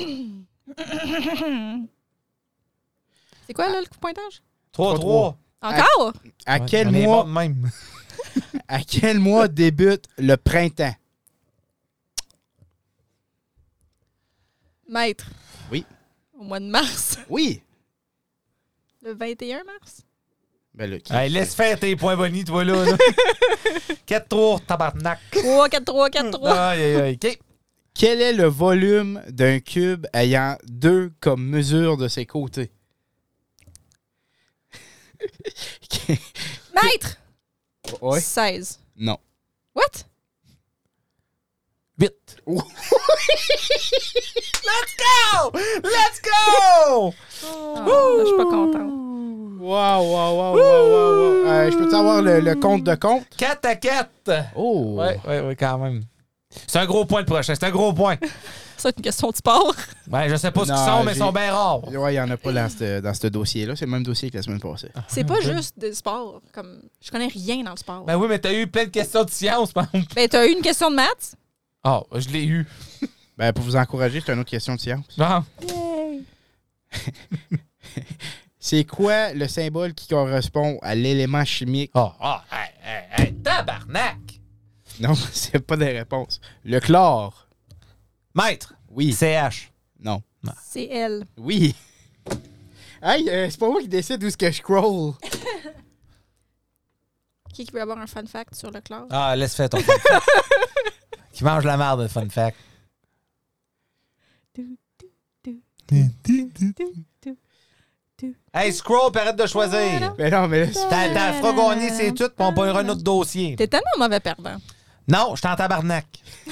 C'est quoi, là, le pointage? 3-3. Encore? À Ouais, quel on est mois bon de même. à quel mois débute le printemps? Maître. Oui. Au mois de mars. Oui. Le 21 mars? Ben là, Hey, laisse faire tes points bonnies, toi, là. 4-3, tabarnak. 3, 4, 3, 4, 3. Aïe, aïe, aïe. OK. Quel est le volume d'un cube ayant 2 comme mesure de ses côtés? Maître! Oui. 16. Non. What? 8. Oh. Let's go! Let's go! Je suis pas contente. Wow. Je peux-tu avoir le compte de compte? 4-4. Oh. Ouais, quand même. C'est un gros point le prochain. C'est un gros point. C'est une question de sport. Ouais, je sais pas ce qu'ils Non, sont, mais ils sont bien rares. Ouais, il n'y en a pas dans ce dossier-là. C'est le même dossier que la semaine passée. C'est pas juste des sports. Comme, je connais rien dans le sport. Ben oui, mais t'as eu plein de questions de science, par exemple. Ben, t'as eu une question de maths? Ah, je l'ai eu. Ben, pour vous encourager, c'est une autre question de science. Non. C'est quoi le symbole qui correspond à l'élément chimique? Hey, tabarnak! Non, c'est pas des réponses. Le chlore. Maître. Oui. CH. Non. C'est elle. Oui. Hey, c'est pas moi qui décide où est-ce que je scroll. Qui veut avoir un fun fact sur le chlore? Ah, laisse faire ton fun fact. Qui mange la merde, le fun fact. Hey, scroll, arrête de choisir. Mais non, mais là, T'as fera gagner, c'est tout, puis on ponnera un autre dossier. T'es tellement mauvais perdant. Non, je suis en tabarnak.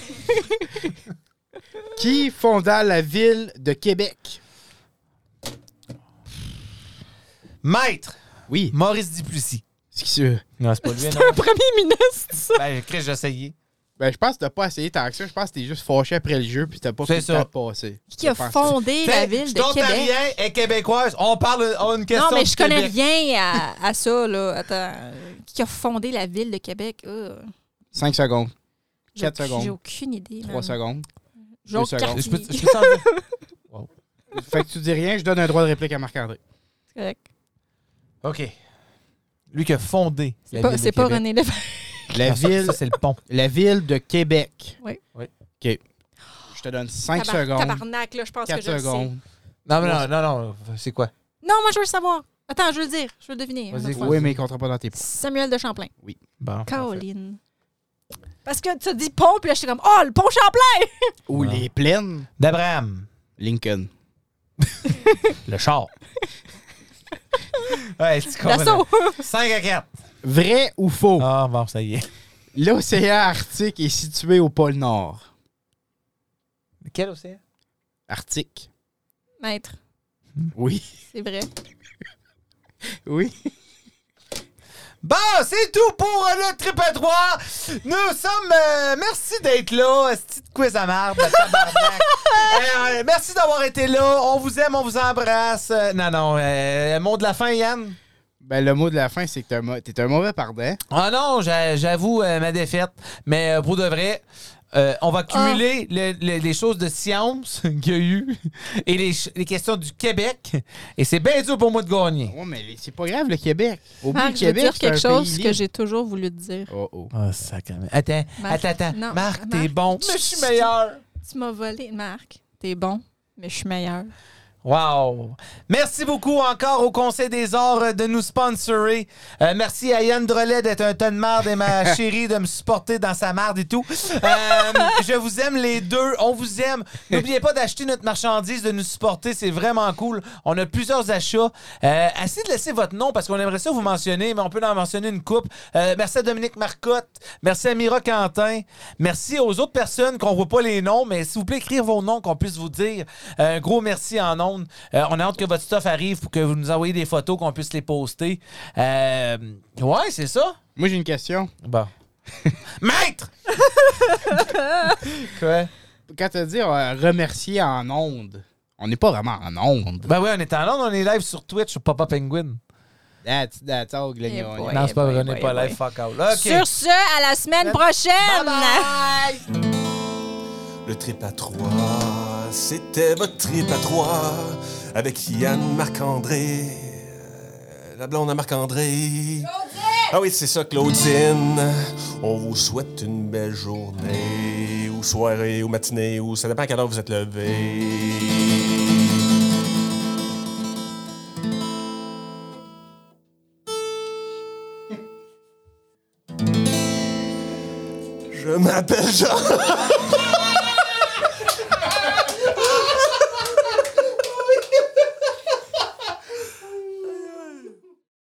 qui fonda la ville de Québec? Maître. Oui. Maurice Duplessis. C'est qui ça? Non, c'est pas lui, C'est non. un premier ministre, ça. Ben, Chris, j'ai essayé. Ben, je pense que t'as pas essayé tant que ça. Je pense que t'es juste fâché après le jeu puis t'as pas C'est pu le ça. temps de passer. Qui a fondé la ville de Québec? Ontarien et québécoise. On parle une question Non, mais du je connais Québec. rien à ça, là. Attends. Qui a fondé la ville de Québec? 5 secondes. J'ai 4 secondes. J'ai aucune idée. 3 man. secondes. Jacques 2 secondes. Cartier. Je peux t'en dire? Fait que tu dis rien, je donne un droit de réplique à Marc-André. C'est correct. OK. Lui qui a fondé la ville de C'est pas Québec. René Lévesque. La ville, Ça, c'est le pont. la ville de Québec. Oui. OK. Je te donne 5 secondes. Tabarnak, là, je pense 4 que je le sais. secondes. Non, mais non. C'est quoi? Non, moi, je veux le savoir. Attends, je veux le dire. Je veux le deviner. Vas-y, une autre fois. Oui, mais il ne comptera pas dans tes points. Samuel de Champlain. Bon. Caroline. Parce que tu as dit pont, puis là, j'étais comme, oh, le pont Champlain! Ou Non. les plaines. D'Abraham. Lincoln. Le char. Ouais, c'est con. L'assaut! 5-4. Vrai ou faux? Ah, bon, ça y est. L'océan Arctique est situé au pôle Nord. Quel océan? Arctique. Maître, Oui. c'est vrai. Oui. Bon, c'est tout pour le triple 3. Nous sommes... merci d'être là. Petite quiz à marde, tabarnak. Merci d'avoir été là. On vous aime, on vous embrasse. Non. Mot de la fin, Yann? Ben, le mot de la fin, c'est que t'es un mauvais pardon. Ah non, j'avoue ma défaite. Mais pour de vrai... on va cumuler les choses de science qu'il y a eu et les questions du Québec. Et c'est bien dur pour moi de gagner. Ouais, mais c'est pas grave, le Québec. Oublie Marc, le je veux Québec, dire c'est quelque un chose pays que libre. j'ai toujours voulu te dire. Oh. Ah, ça quand même. Attends. Non, Marc, t'es Marc. bon. Mais je suis meilleur. Tu m'as volé. Marc, t'es bon, mais je suis meilleur. Wow! Merci beaucoup encore au Conseil des arts de nous sponsorer. Merci à Yann Drolet d'être un tonne de marde et ma chérie de me supporter dans sa marde et tout. Je vous aime les deux. On vous aime. N'oubliez pas d'acheter notre marchandise, de nous supporter. C'est vraiment cool. On a plusieurs achats. Essayez de laisser votre nom parce qu'on aimerait ça vous mentionner, mais on peut en mentionner une coupe. Merci à Dominique Marcotte. Merci à Mira Quentin. Merci aux autres personnes qu'on voit pas les noms, mais s'il vous plaît, écrire vos noms, qu'on puisse vous dire. Un gros merci en ondes. On a hâte que votre stuff arrive pour que vous nous envoyiez des photos, qu'on puisse les poster. Ouais, c'est ça. Moi, j'ai une question. Bon. Maître! Quoi? Quand tu dis remercier en ondes, on n'est pas vraiment en ondes. Ben oui, on est en Londres, on est live sur Twitch, sur Papa Penguin. That's all, Glenn. boy. Non, c'est pas vrai, on n'est pas live, fuck out. OK. Sur ce, à la semaine prochaine! Bye bye! Le trip à 3, c'était votre trip à 3 avec Yann Marc-André, la blonde à Marc-André. Ah oui, c'est ça, Claudine. On vous souhaite une belle journée, ou soirée, ou matinée, ou ça dépend à quelle heure vous êtes levé. Je m'appelle Jean.